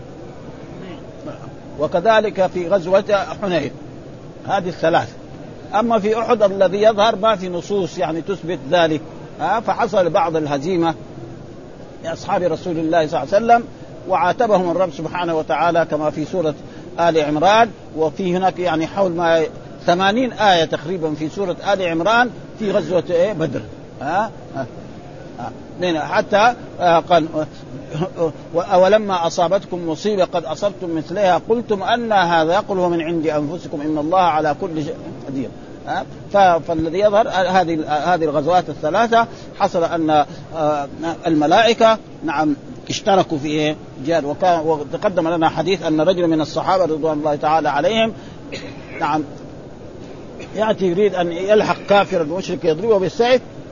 وكذلك في غزوة حنين، هذه الثلاث. أما في أحد الذي يظهر ما في نصوص يعني تثبت ذلك. ها فحصل بعض الهزيمة لأصحاب رسول الله صلى الله عليه وسلم وعاتبهم الرب سبحانه وتعالى كما في سورة آل عمران. وفي هناك يعني حول ما ثمانين آية تقريبا في سورة آل عمران في غزوة إيه بدر. ها ها حتى قال ولما أصابتكم مصيبة قد أصبتم مثلها قلتم أن هذا يقول هو من عند أنفسكم إن الله على كل شيء قدير. فالذي يظهر هذه هذه الغزوات الثلاثة حصل أن الملائكة نعم اشتركوا في إيه جهاد. وكان وتقدم لنا حديث أن رجل من الصحابة رضوان الله تعالى عليهم نعم يأتي يريد أن يلحق كافرا مشرك يضربه بالسيف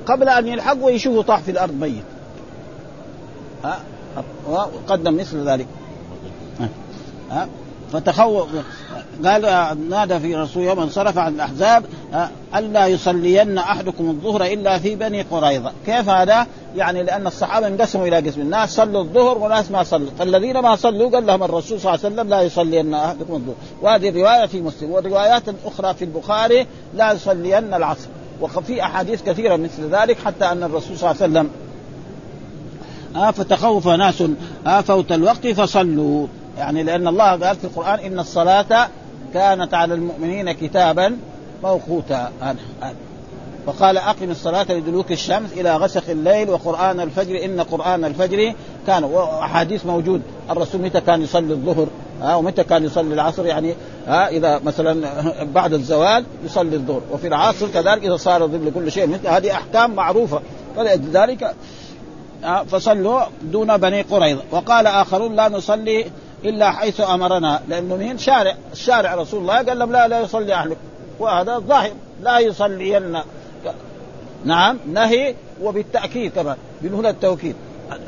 قبل أن يلحقوا يشوفوا طاح في الأرض ميت. ها وقدم مثل ذلك. ها فتخوف قال نادى في رسول يوم انصرف عن الأحزاب ألا يصلين أحدكم الظهر إلا في بني قريظة. كيف هذا؟ يعني لأن الصحابة انقسموا إلى قسم، الناس صلوا الظهر وناس ما صلوا، فالذين ما صلوا قال لهم الرسول صلى الله عليه وسلم لا يصلين أحدكم الظهر، وهذه الرواية في مسلم، والروايات الأخرى في البخاري لا يصلين العصر، وفي أحاديث كثيرة مثل ذلك، حتى أن الرسول صلى الله عليه وسلم آه فتخوف ناس آه فوت الوقت فصلوا، يعني لأن الله قال في القرآن إن الصلاة كانت على المؤمنين كتابا موقوتا. فقال أقم الصلاة لدلوك الشمس إلى غسق الليل وقرآن الفجر إن قرآن الفجر كان. وأحاديث موجود الرسول متى كان يصلي الظهر ها ومتى كان يصلي العصر، يعني ها إذا مثلا بعد الزوال يصلي الظهر، وفي العصر كذلك إذا صار ظل كل شيء. هذه أحكام معروفة، فلذلك فصلوا دون بني قريظة. وقال آخرون لا نصلي إلا حيث أمرنا، لأنه من شارع الشارع رسول الله قال لهم لا لا يصلي أهلك، وهذا ظاهر لا يصلين. نعم نهي وبالتأكيد كمان بالهنا التوكيد.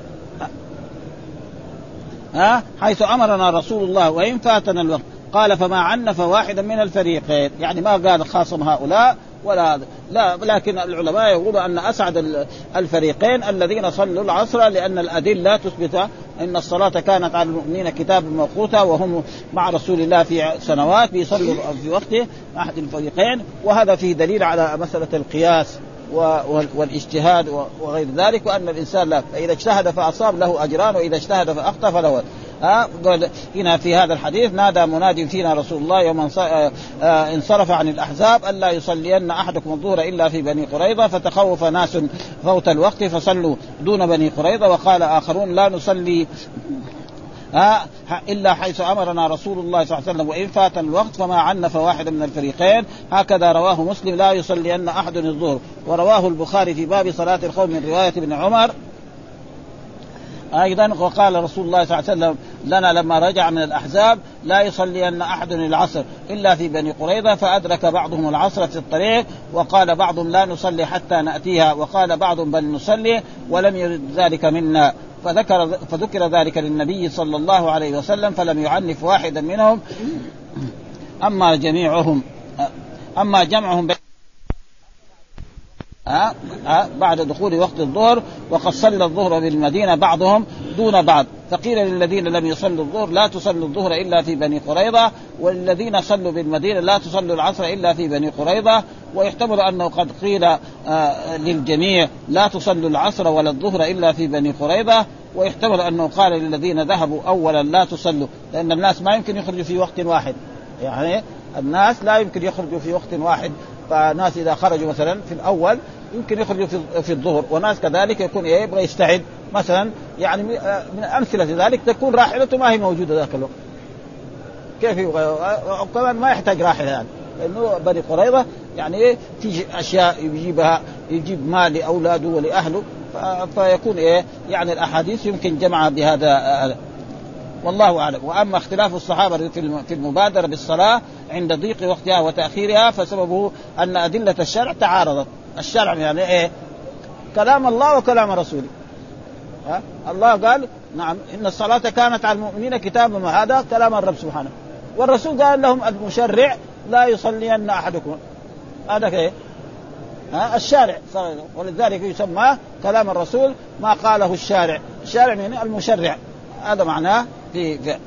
ها حيث أمرنا رسول الله وإن فاتنا الوقت. قال فما عنف واحدا من الفريقين، يعني ما قال خاصم هؤلاء ولا هذا، لا، لكن العلماء يقولوا أن أسعد الفريقين الذين صلوا العصر، لأن الأدلة تثبت إن الصلاة كانت على المؤمنين كتابا موقوتا، وهم مع رسول الله في سنوات بيصلوا في وقته أحد الفريقين. وهذا فيه دليل على مسألة القياس والاجتهاد وغير ذلك، وأن الإنسان لا، فإذا اجتهد فأصاب له أجران، وإذا اجتهد فأخطأ فله. ها قال هنا في هذا الحديث نادى مناد فينا رسول الله يوم انصرف عن الأحزاب ألا يصلين أحدكم الظهر إلا في بني قريظة، فتخوف ناس فوت الوقت فصلوا دون بني قريظة. وقال آخرون لا نصلي ها إلا حيث أمرنا رسول الله صلى الله عليه وسلم وإن فات الوقت فما عنف واحد من الفريقين. هكذا رواه مسلم لا يصلين أحد الظهر. ورواه البخاري في باب صلاة الخوف من رواية ابن عمر أيضا. وقال رسول الله صلى الله عليه وسلم لنا لما رجع من الأحزاب لا يصلين أحد العصر إلا في بني قريظة، فأدرك بعضهم العصر في الطريق، وقال بعضهم لا نصلي حتى نأتيها، وقال بعضهم بل نصلي ولم يرد ذلك منا. فذكر, فذكر ذلك للنبي صلى الله عليه وسلم فلم يعنف واحدا منهم. أما جميعهم أما جمعهم ها ها بعد دخول وقت الظهر وقد صلى الظهر بالمدينة بعضهم دون بعض. فقيل للذين لم يصلوا الظهر لا تصلوا الظهر إلا في بني قريظة، والذين صلوا بالمدينة لا تصلوا العصر إلا في بني قريظة. ويحتمل أنه قد قيل آه للجميع لا تصلوا العصر ولا الظهر إلا في بني قريظة، ويحتمل أنه قال للذين ذهبوا أولا لا تصلوا، لأن الناس ما يمكن يخرجوا في وقت واحد، يعني الناس لا يمكن يخرجوا في وقت واحد. فناس إذا خرجوا مثلا في الأول يمكن يخرجوا في في الظهر، وناس كذلك يكون إيه يبغى يستعد مثلا، يعني من أمثلة ذلك تكون راحلته ما هي موجودة ذاك الوقت، كيف يبغى؟ وكمان ما يحتاج راحلة، يعني لأنه بني قريظة يعني إيه تيجي أشياء يجيبها، يجيب مال لأولاده ولأهله، فيكون إيه يعني الأحاديث يمكن جمعها بهذا، والله أعلم. وأما اختلاف الصحابة في المبادرة بالصلاة عند ضيق وقتها وتأخيرها فسببه أن أدلة الشرع تعارضت. الشرع يعني إيه؟ كلام الله وكلام رسوله. ها؟ الله قال نعم إن الصلاة كانت على المؤمنين كتابا، هذا كلام الرب سبحانه، والرسول قال لهم المشرع لا يصلين أحدكم، هذا إيه؟ ها الشارع، ولذلك يسمى كلام الرسول ما قاله الشارع. الشارع من المشرع، هذا معناه في, في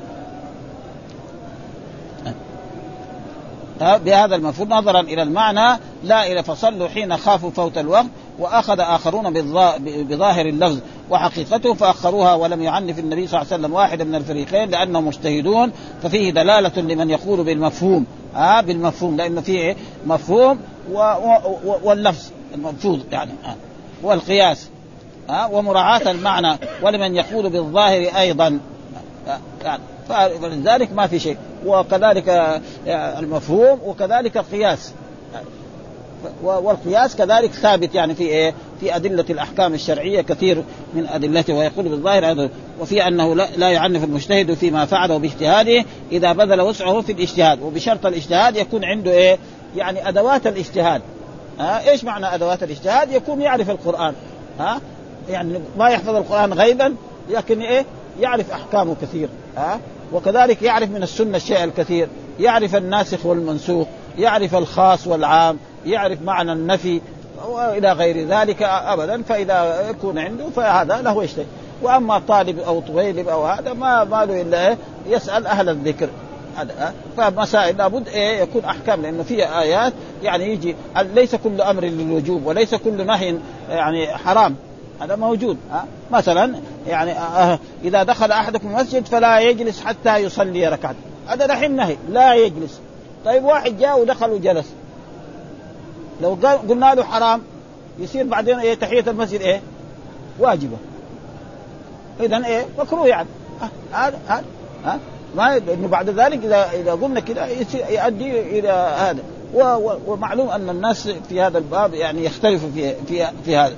بهذا المفهوم نظرا إلى المعنى لا إلى فصلوا حين خافوا فوت الوقت. وأخذ آخرون بظاهر اللفظ وحقيقته فأخروها، ولم يعنف النبي صلى الله عليه وسلم واحد من الفريقين لأنهم مجتهدون، ففيه دلالة لمن يقول بالمفهوم آه بالمفهوم، لأنه فيه مفهوم و و واللفظ الملفوظ يعني آه والقياس آه ومراعاة المعنى، ولمن يقول بالظاهر أيضا آه يعني فلذلك ما في شيء. وكذلك المفهوم وكذلك القياس، والقياس كذلك ثابت يعني في إيه في أدلة الأحكام الشرعية كثير من أدلته. ويقول بالظاهر هذا، وفي أنه لا يعنف المجتهد فيما فعله باجتهاده إذا بذل وسعه في الاجتهاد، وبشرط الاجتهاد يكون عنده إيه يعني أدوات الاجتهاد. ها ايش معنى ادوات الاجتهاد؟ يكون يعرف القرآن، ها يعني ما يحفظ القرآن غيبا لكن ايه يعرف احكامه كثير، ها وكذلك يعرف من السنة الشيء الكثير، يعرف الناسخ والمنسوخ، يعرف الخاص والعام، يعرف معنى النفي والى غير ذلك ابدا. فاذا يكون عنده فهذا له يجتهد. واما طالب او طالب او هذا ما باله الا إيه يسأل اهل الذكر. هذا فمسائل لابد ايه يكون احكام، لانه فيها ايات يعني يجي ليس كل امر للوجوب وليس كل نهي يعني حرام، هذا موجود. ها مثلا يعني آه اذا دخل احدكم المسجد فلا يجلس حتى يصلي ركعتين، هذا دحين نهي لا يجلس. طيب واحد جاء ودخل وجلس، لو قلنا له حرام يصير بعدين ايه تحية المسجد ايه واجبة، اذن ايه مكروه يعني. هذا ها ها ما انه بعد ذلك اذا اذا قلنا كده يؤدي الى هذا. ومعلوم ان الناس في هذا الباب يعني يختلفوا في في في هذا.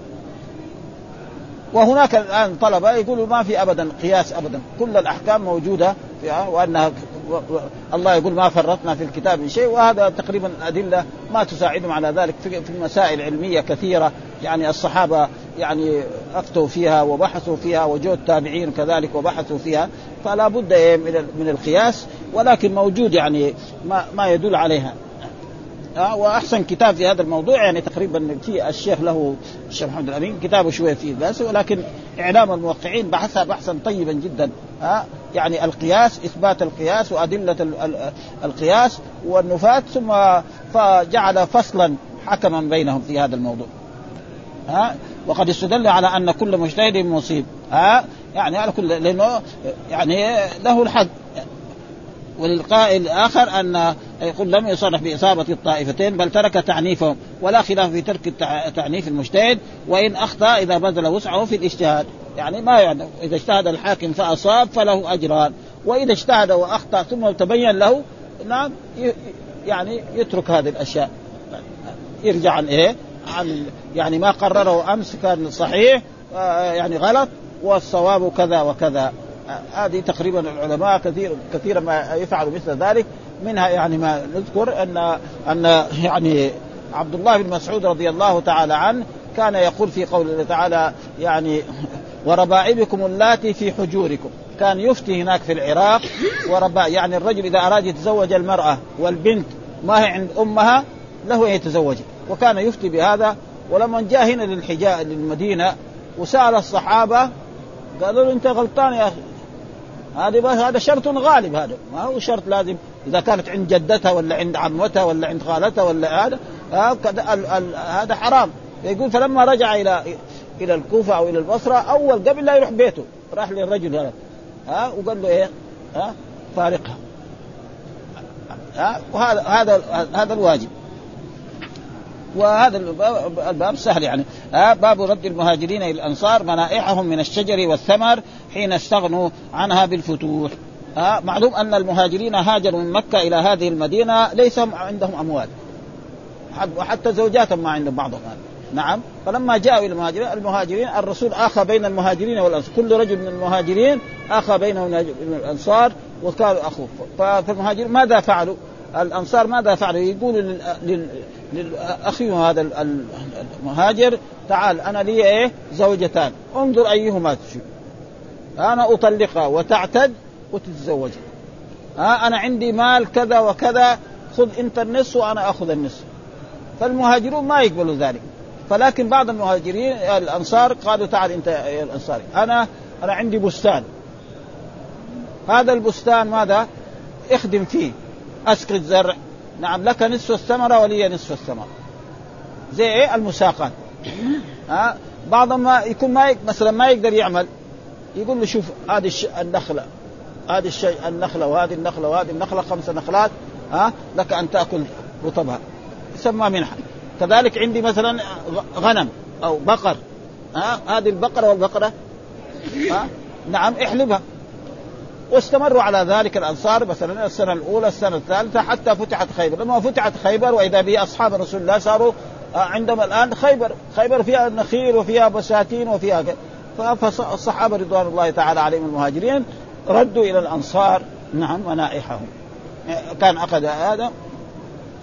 وهناك الان طلبه يقولوا ما في ابدا قياس ابدا، كل الاحكام موجوده فيها، وانها الله يقول ما فرطنا في الكتاب من شيء. وهذا تقريبا الادله ما تساعدهم على ذلك في مسائل علميه كثيره، يعني الصحابه يعني افتوا فيها وبحثوا فيها، وجو التابعين كذلك وبحثوا فيها، فلا بد من من القياس، ولكن موجود يعني ما ما يدل عليها. أه واحسن كتاب في هذا الموضوع يعني تقريبا في الشيخ له الشيخ محمد الأمين كتابه شويه فيه بس، ولكن اعلام الموقعين بحثها بحثا طيبا جدا. أه يعني القياس، اثبات القياس وادله القياس والنفاة، ثم فجعل فصلا حكما بينهم في هذا الموضوع. ها وقد استدل على ان كل مجتهد مصيب، ها يعني على كل، لانه يعني له الحق. والقائل الآخر أن يقول لم يصرح بإصابة الطائفتين بل ترك تعنيفهم، ولا خلاف في ترك تعنيف المجتهد وإن أخطأ إذا بذل وسعه في الاجتهاد. يعني ما يعني إذا اجتهد الحاكم فأصاب فله أجران، وإذا اجتهد وأخطأ ثم تبين له نعم يعني يترك هذه الأشياء، يرجع عن إيه عن يعني ما قرره أمس كان صحيح يعني غلط والصواب كذا وكذا. هذه تقريبا العلماء كثير كثيرا ما يفعلوا مثل ذلك. منها يعني ما نذكر ان ان يعني عبد الله بن مسعود رضي الله تعالى عنه كان يقول في قوله تعالى يعني وربائبكم اللاتي في حجوركم، كان يفتي هناك في العراق ورباء، يعني الرجل اذا اراد يتزوج المراه والبنت ما هي عند امها له يتزوجها، وكان يفتي بهذا. ولما جاء هنا للحجاء للمدينه وسأل الصحابه قالوا له انت غلطان يا اخي، هذا بس هذا شرط غالب، هذا ما هو شرط لازم اذا كانت عند جدتها ولا عند عمتها ولا عند خالتها ولا هذا هذا حرام. يقول فلما رجع الى الى الكوفه او الى البصره اول قبل لا يروح بيته راح للرجل هذا ها وقال له ايه ها فارقها. ها وهذا هذا هذا الواجب. وهذا الباب سهل يعني. آه باب رد المهاجرين إلى الأنصار منائحهم من الشجر والثمر حين استغنوا عنها بالفتوح. آه معلوم أن المهاجرين هاجروا من مكة إلى هذه المدينة ليس عندهم أموال، وحتى زوجاتهم ما عندهم بعضهم. نعم فلما جاءوا إلى المهاجرين المهاجرين الرسول آخى بين المهاجرين والأنصار، كل رجل من المهاجرين آخى بينه من الأنصار وكانوا أخوه. فالمهاجرين ماذا فعلوا؟ الأنصار ماذا فعلوا؟ يقولوا للأخيهم هذا المهاجر تعال أنا لي إيه زوجتان انظر أيهما تشوف، أنا أطلقها وتعتد وتتزوج، ها أنا عندي مال كذا وكذا خذ أنت النصف وأنا أخذ النصف. فالمهاجرون ما يقبلوا ذلك، فلكن بعض المهاجرين الأنصار قالوا تعال أنت يا الأنصاري أنا أنا عندي بستان، هذا البستان ماذا اخدم فيه أسقي الزرع، نعم لك نصف الثمرة ولي نصف الثمرة، زي إيه المساقات. ها بعضهم ما يكون ما مثلا ما يقدر يعمل يقول له شوف هذه النخلة هذه الشيء النخلة وهذه النخلة وهذه النخلة خمس نخلات ها لك أن تأكل رطبها، يسمى منحة. كذلك عندي مثلا غنم أو بقر، ها هذه البقرة والبقرة ها نعم احلبها. واستمروا على ذلك الأنصار مثلا السنة الأولى السنة الثالثة حتى فتحت خيبر. لما فتحت خيبر وإذا به أصحاب رسول الله صاروا عندما الآن خيبر خيبر فيها نخيل وفيها بساتين وفيها كذا. فالصحابة رضوان الله تعالى عليهم المهاجرين ردوا إلى الأنصار نعم منائحهم. كان أخذ هذا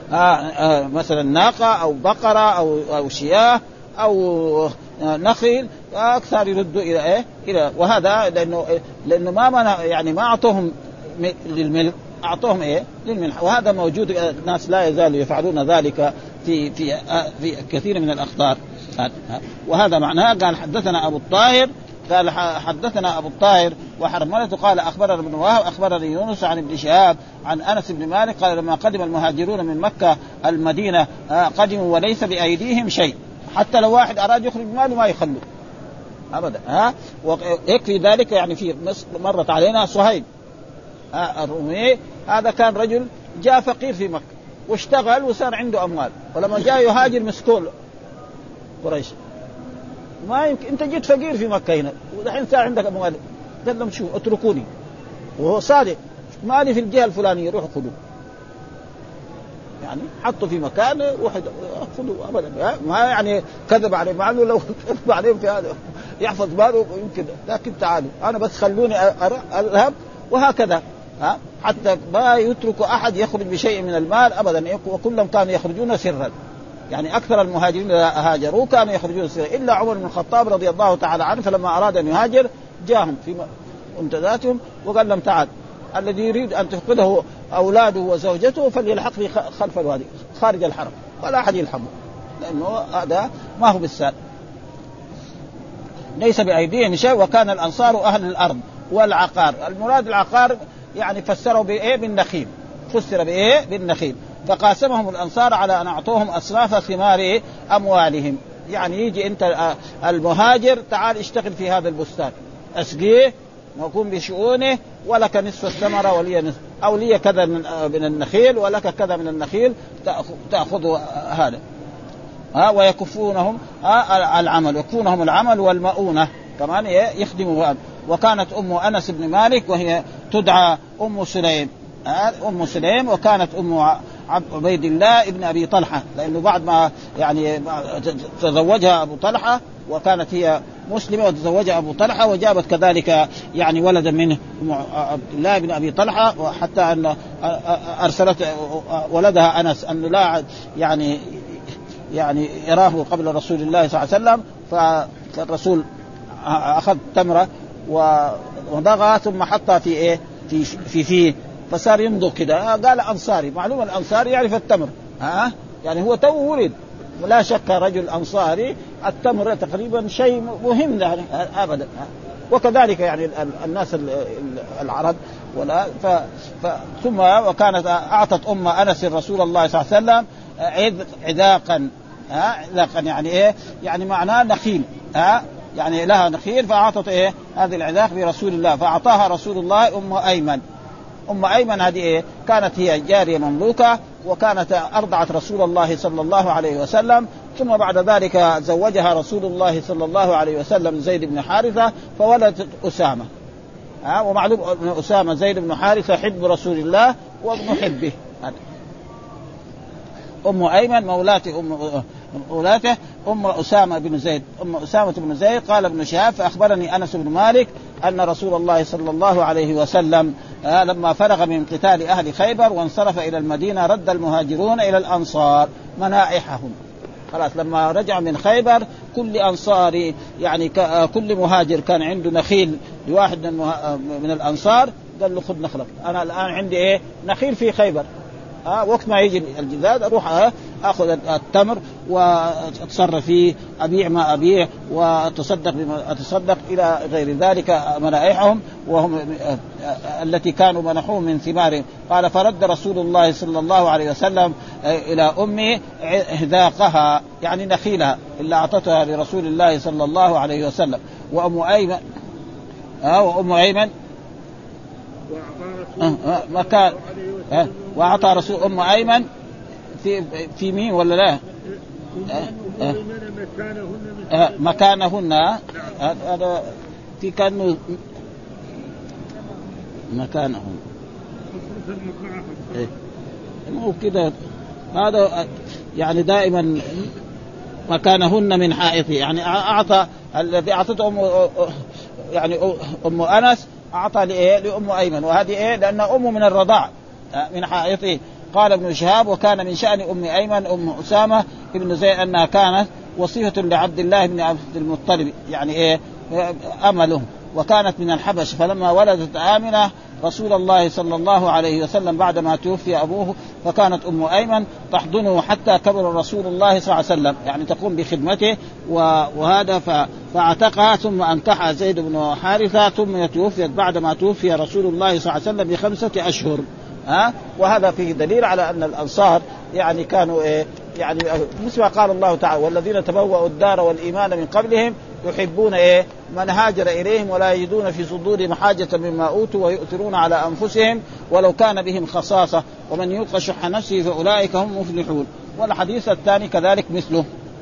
آه آه مثلا ناقة أو بقرة أو أو شياه أو نخيل أكثر يردوا إلى إيه إلى وهذا لأنه لأنه ما منع يعني ما أعطوهم للملك أعطوهم إيه للمنح. وهذا موجود الناس لا يزالوا يفعلون ذلك في في في كثير من الأخطار. وهذا معناه قال حدثنا أبو الطاهر قال حدثنا أبو الطاهر وحرملة قال أخبرنا ابن وهب أخبرني يونس عن ابن شهاب عن أنس بن مالك قال لما قدم المهاجرون من مكة المدينة قدموا وليس بأيديهم شيء حتى لو واحد أراد يخرج ماله ما يخلوا أبدا. ها ويكفي ذلك يعني في مرت علينا صهيب الرومي هذا كان رجل جاء فقير في مكة واشتغل وصار عنده أموال ولما جاء يهاجر مسكول قريش ما يمكن أنت جيت فقير في مكة هنا ودحين صار عندك أموال قال لهم شو اتركوني وهو صادق مالي في الجهة الفلانية يروحوا خذوه يعني حطوا في مكان واحد خذوا أبدا ما يعني كذب عليه مع أنه لو كذب عليهم في هذا يحفظ ماله يمكن لكن تعالوا أنا بس خلوني أذهب وهكذا ها حتى ما يترك أحد يخرج بشيء من المال أبدا وكلهم كانوا يخرجون سرا يعني أكثر المهاجرين هاجروا كانوا يخرجون سرا إلا عمر بن الخطاب رضي الله تعالى عنه فلما أراد أن يهاجر جاءهم في منتداتهم وقال لهم تعال الذي يريد أن تفقده أولاده وزوجته فليلحقني خلف الوادي خارج الحرم ولا أحد يلحقه لأنه هذا ما هو بالسال ليس بأيديهم شيء. وكان الأنصار أهل الأرض والعقار المراد العقار يعني فسروا بإيه بالنخيل فسر بإيه بالنخيل فقاسمهم الأنصار على أن أعطوهم أصناف ثمار أموالهم يعني يجي أنت المهاجر تعال اشتغل في هذا البستان أسقيه وقوم بشؤونه ولك نصف الثمرة ولي نصف أو لي كذا من النخيل ولك كذا من النخيل تأخذ هذا ها ويكفونهم ها العمل يكفونهم العمل والمؤونة كمان يخدموا. وكانت أم أنس بن مالك وهي تدعى أم سليم أم سليم وكانت أم عبيد الله ابن أبي طلحة لأنه بعد ما يعني تزوجها أبو طلحة وكانت هي مسلمة وتزوجها أبو طلحة وجابت كذلك يعني ولدا منه عبد الله بن أبي طلحة وحتى أن أرسلت ولدها أنس أن لا يعني يعني يراه قبل رسول الله صلى الله عليه وسلم فالرسول أخذ تمرة وضغى ثم حطها في إيه في في فيه فصار يمضغ كده قال أنصاري معلوم الأنصاري يعرف التمر ها يعني هو تو ولد ولا شك رجل أنصاري التمر تقريبا شيء مهم يعني أبدا. وكذلك يعني الناس العرب ولا ف, ف ثم وكانت أعطت أم أنس رسول الله صلى الله عليه وسلم عذاقا ها عذاقا يعني إيه يعني معناه نخيل ها يعني لها نخيل فأعطت إيه هذه العذاق برسول الله فأعطاها رسول الله أم أيمن. أم أيمن هذه إيه كانت هي جارية مملوكة وكانت أرضعت رسول الله صلى الله عليه وسلم ثم بعد ذلك زوجها رسول الله صلى الله عليه وسلم زيد بن حارثة فولدت أسامة ها ومعلوم أن أسامة زيد بن حارثة حب رسول الله وابن حبه. أم أيمن مولاته أم مولاته أم أسامة بن زيد أم أسامة بن زيد. قال ابن شهاب فأخبرني أنس بن مالك أن رسول الله صلى الله عليه وسلم لما فرغ من قتال أهل خيبر وانصرف إلى المدينة رد المهاجرون إلى الأنصار منائحهم خلاص لما رجع من خيبر كل أنصاري يعني كل مهاجر كان عنده نخيل لواحد من الأنصار قال له خذ نخلك أنا الآن عندي إيه نخيل في خيبر ها وقت ما يجي الجداد أروح أخذ التمر وأتصرف فيه أبيع ما أبيع وأتصدق بما أتصدق إلى غير ذلك منائحهم وهم التي كانوا منحوهم من ثمارهم. قال فرد رسول الله صلى الله عليه وسلم إلى أمه هذاقها يعني نخيلها إلا أعطتها لرسول الله صلى الله عليه وسلم. وأم أيمن ها وأم أيمن مكان وأعطى رسول أم أيمن في في مين ولا لا مكانهن هذا في كانوا مكانهم مو كده هذا يعني دائما مكانهن من حائطه يعني أعطى الذي أعطته أم يعني أم أنس أعطى لإيه لأم أيمن وهذه إيه لأن أم من الرضاع من حائطه قال ابن شهاب وكان من شأن أم أيمن أم أسامة ابن زيد أنها كانت وصية لعبد الله بن عبد المطلب يعني إيه أمله، وكانت من الحبش. فلما ولدت آمنة رسول الله صلى الله عليه وسلم بعدما توفي أبوه فكانت أم أيمن تحضنه حتى كبر رسول الله صلى الله عليه وسلم، يعني تقوم بخدمته وهذا فاعتقها ثم أنكحها زيد بن حارثة ثم توفيت بعدما توفي رسول الله صلى الله عليه وسلم بخمسة أشهر. ها وهذا فيه دليل على أن الأنصار يعني كانوا إيه يعني مثل ما قال الله تعالى والذين تبوأوا الدار والإيمان من قبلهم يحبون إيه من هاجر إليهم ولا يجدون في صدورهم حاجة مما أوتوا ويؤثرون على أنفسهم ولو كان بهم خصاصة ومن يوق شح نفسه فأولئك هم مفلحون. والحديث الثاني كذلك مثله.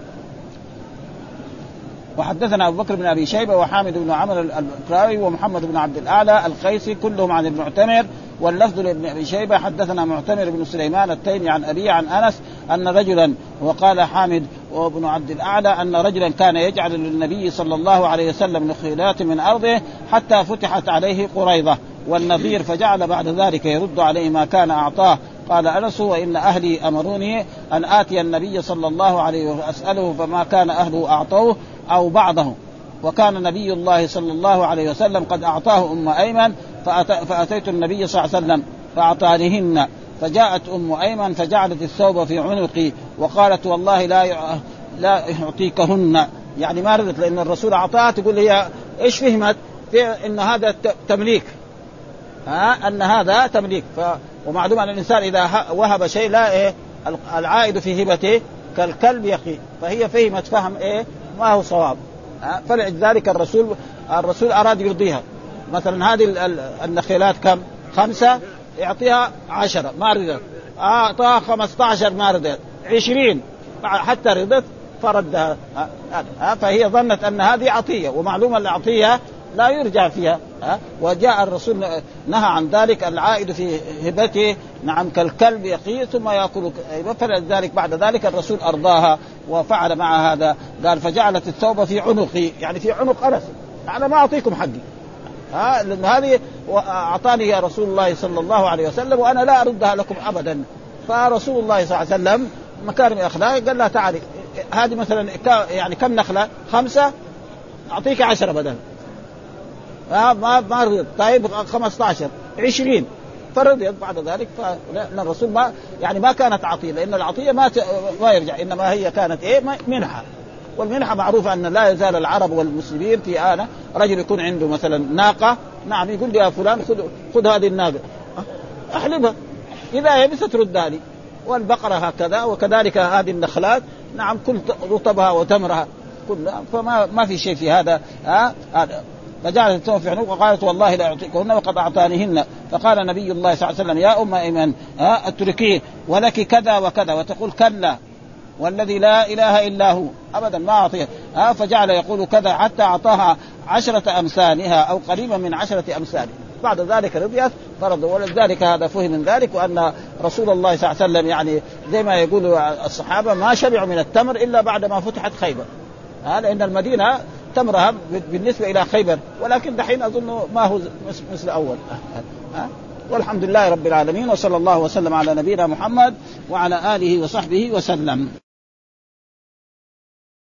وحدثنا أبو بكر بن أبي شيبة وحامد بن عمرو البكراوي ومحمد بن عبد الأعلى القيسي كلهم عن المعتمر، واللفظ لابن أبي شيبة حدثنا معتمر بن سليمان التيمي عن أبي عن أنس أن رجلا، وقال حامد وابن عبد الأعلى أن رجلا كان يجعل للنبي صلى الله عليه وسلم نخيلات من أرضه حتى فتحت عليه قريظة والنظير فجعل بعد ذلك يرد عليه ما كان أعطاه. قال أنس وإن أهلي أمروني أن آتي النبي صلى الله عليه وسلم أسأله فما كان أهله أعطوه أو بعضه، وكان نبي الله صلى الله عليه وسلم قد أعطاه أم أيمن فأتيت النبي صلى الله عليه وسلم فأعطانيهن، فجاءت أم أيمن فجعلت الثوب في عنقي وقالت والله لا لا يعطيكهن، يعني ما رضت لأن الرسول أعطاها. تقول هي إيش فهمت في إن هذا تمليك، ها أن هذا تمليك. ف ومعلوم أن الإنسان إذا وهب شيء لا إيه العائد في هبته كالكلب يقي، فهي فهمت فهم إيه ما هو صواب. فلذلك الرسول الرسول أراد يرضيها. مثلا هذه النخيلات كم خمسة يعطيها عشرة ما رضت، أعطاها خمسة عشر ما رضت، عشرين حتى رضت فردها. فهي ظنت أن هذه عطية، ومعلومة العطية لا يرجع فيها. وجاء الرسول نهى عن ذلك العائد في هبته نعم كالكلب يقي ثم يأكل. فلذلك بعد ذلك الرسول أرضاها وفعل مع هذا. قال فجعلت الثوب في عنقي يعني في عنق أنس، أنا ما أعطيكم حقي، ها لأن هذه أعطاني يا رسول الله صلى الله عليه وسلم وأنا لا أردها لكم أبدا. فرسول الله صلى الله عليه وسلم مكارم أخلاقه قال لا تعالي هذه مثلا يعني كم نخلة خمسة أعطيك عشرة بدل، ها ما ما رضيت. طيب خمسة عشر عشرين فرضيت بعد ذلك. فلأن الرسول ما يعني ما كانت عطية، لأن العطية ما ما يرجع، إنما هي كانت إيه منحة. والمنحة معروفة أن لا يزال العرب والمسلمين في آنة رجل يكون عنده مثلا ناقة نعم يقول لي يا فلان خذ خذ هذه الناقة أحلبها إذا يبس تردها لي، والبقرة هكذا، وكذلك هذه النخلات نعم كل رطبها وتمرها كلها، فما ما في شيء في هذا. ها هذا فجعلت الثوب في عنق وقالت والله لا أعطيكهن وقد أعطانيهن. فقال نبي الله صلى الله عليه وسلم يا أم أيمن ها اتركيه ولك كذا وكذا، وتقول كلا والذي لا إله إلا هو أبدا ما أعطيه. ها فجعل يقول كذا حتى أعطاها عشرة أمثالها أو قريبا من عشرة أمثال. بعد ذلك رضيت فرض. ولذلك هذا فهم من ذلك، وأن رسول الله صلى الله عليه وسلم يعني زي ما يقول الصحابة ما شبعوا من التمر إلا بعد ما فتحت خيبر، لأن المدينة تمرها بالنسبة إلى خيبر، ولكن دحين أظن ما هو مثل أول. والحمد لله رب العالمين، وصلى الله وسلم على نبينا محمد وعلى آله وصحبه وسلم.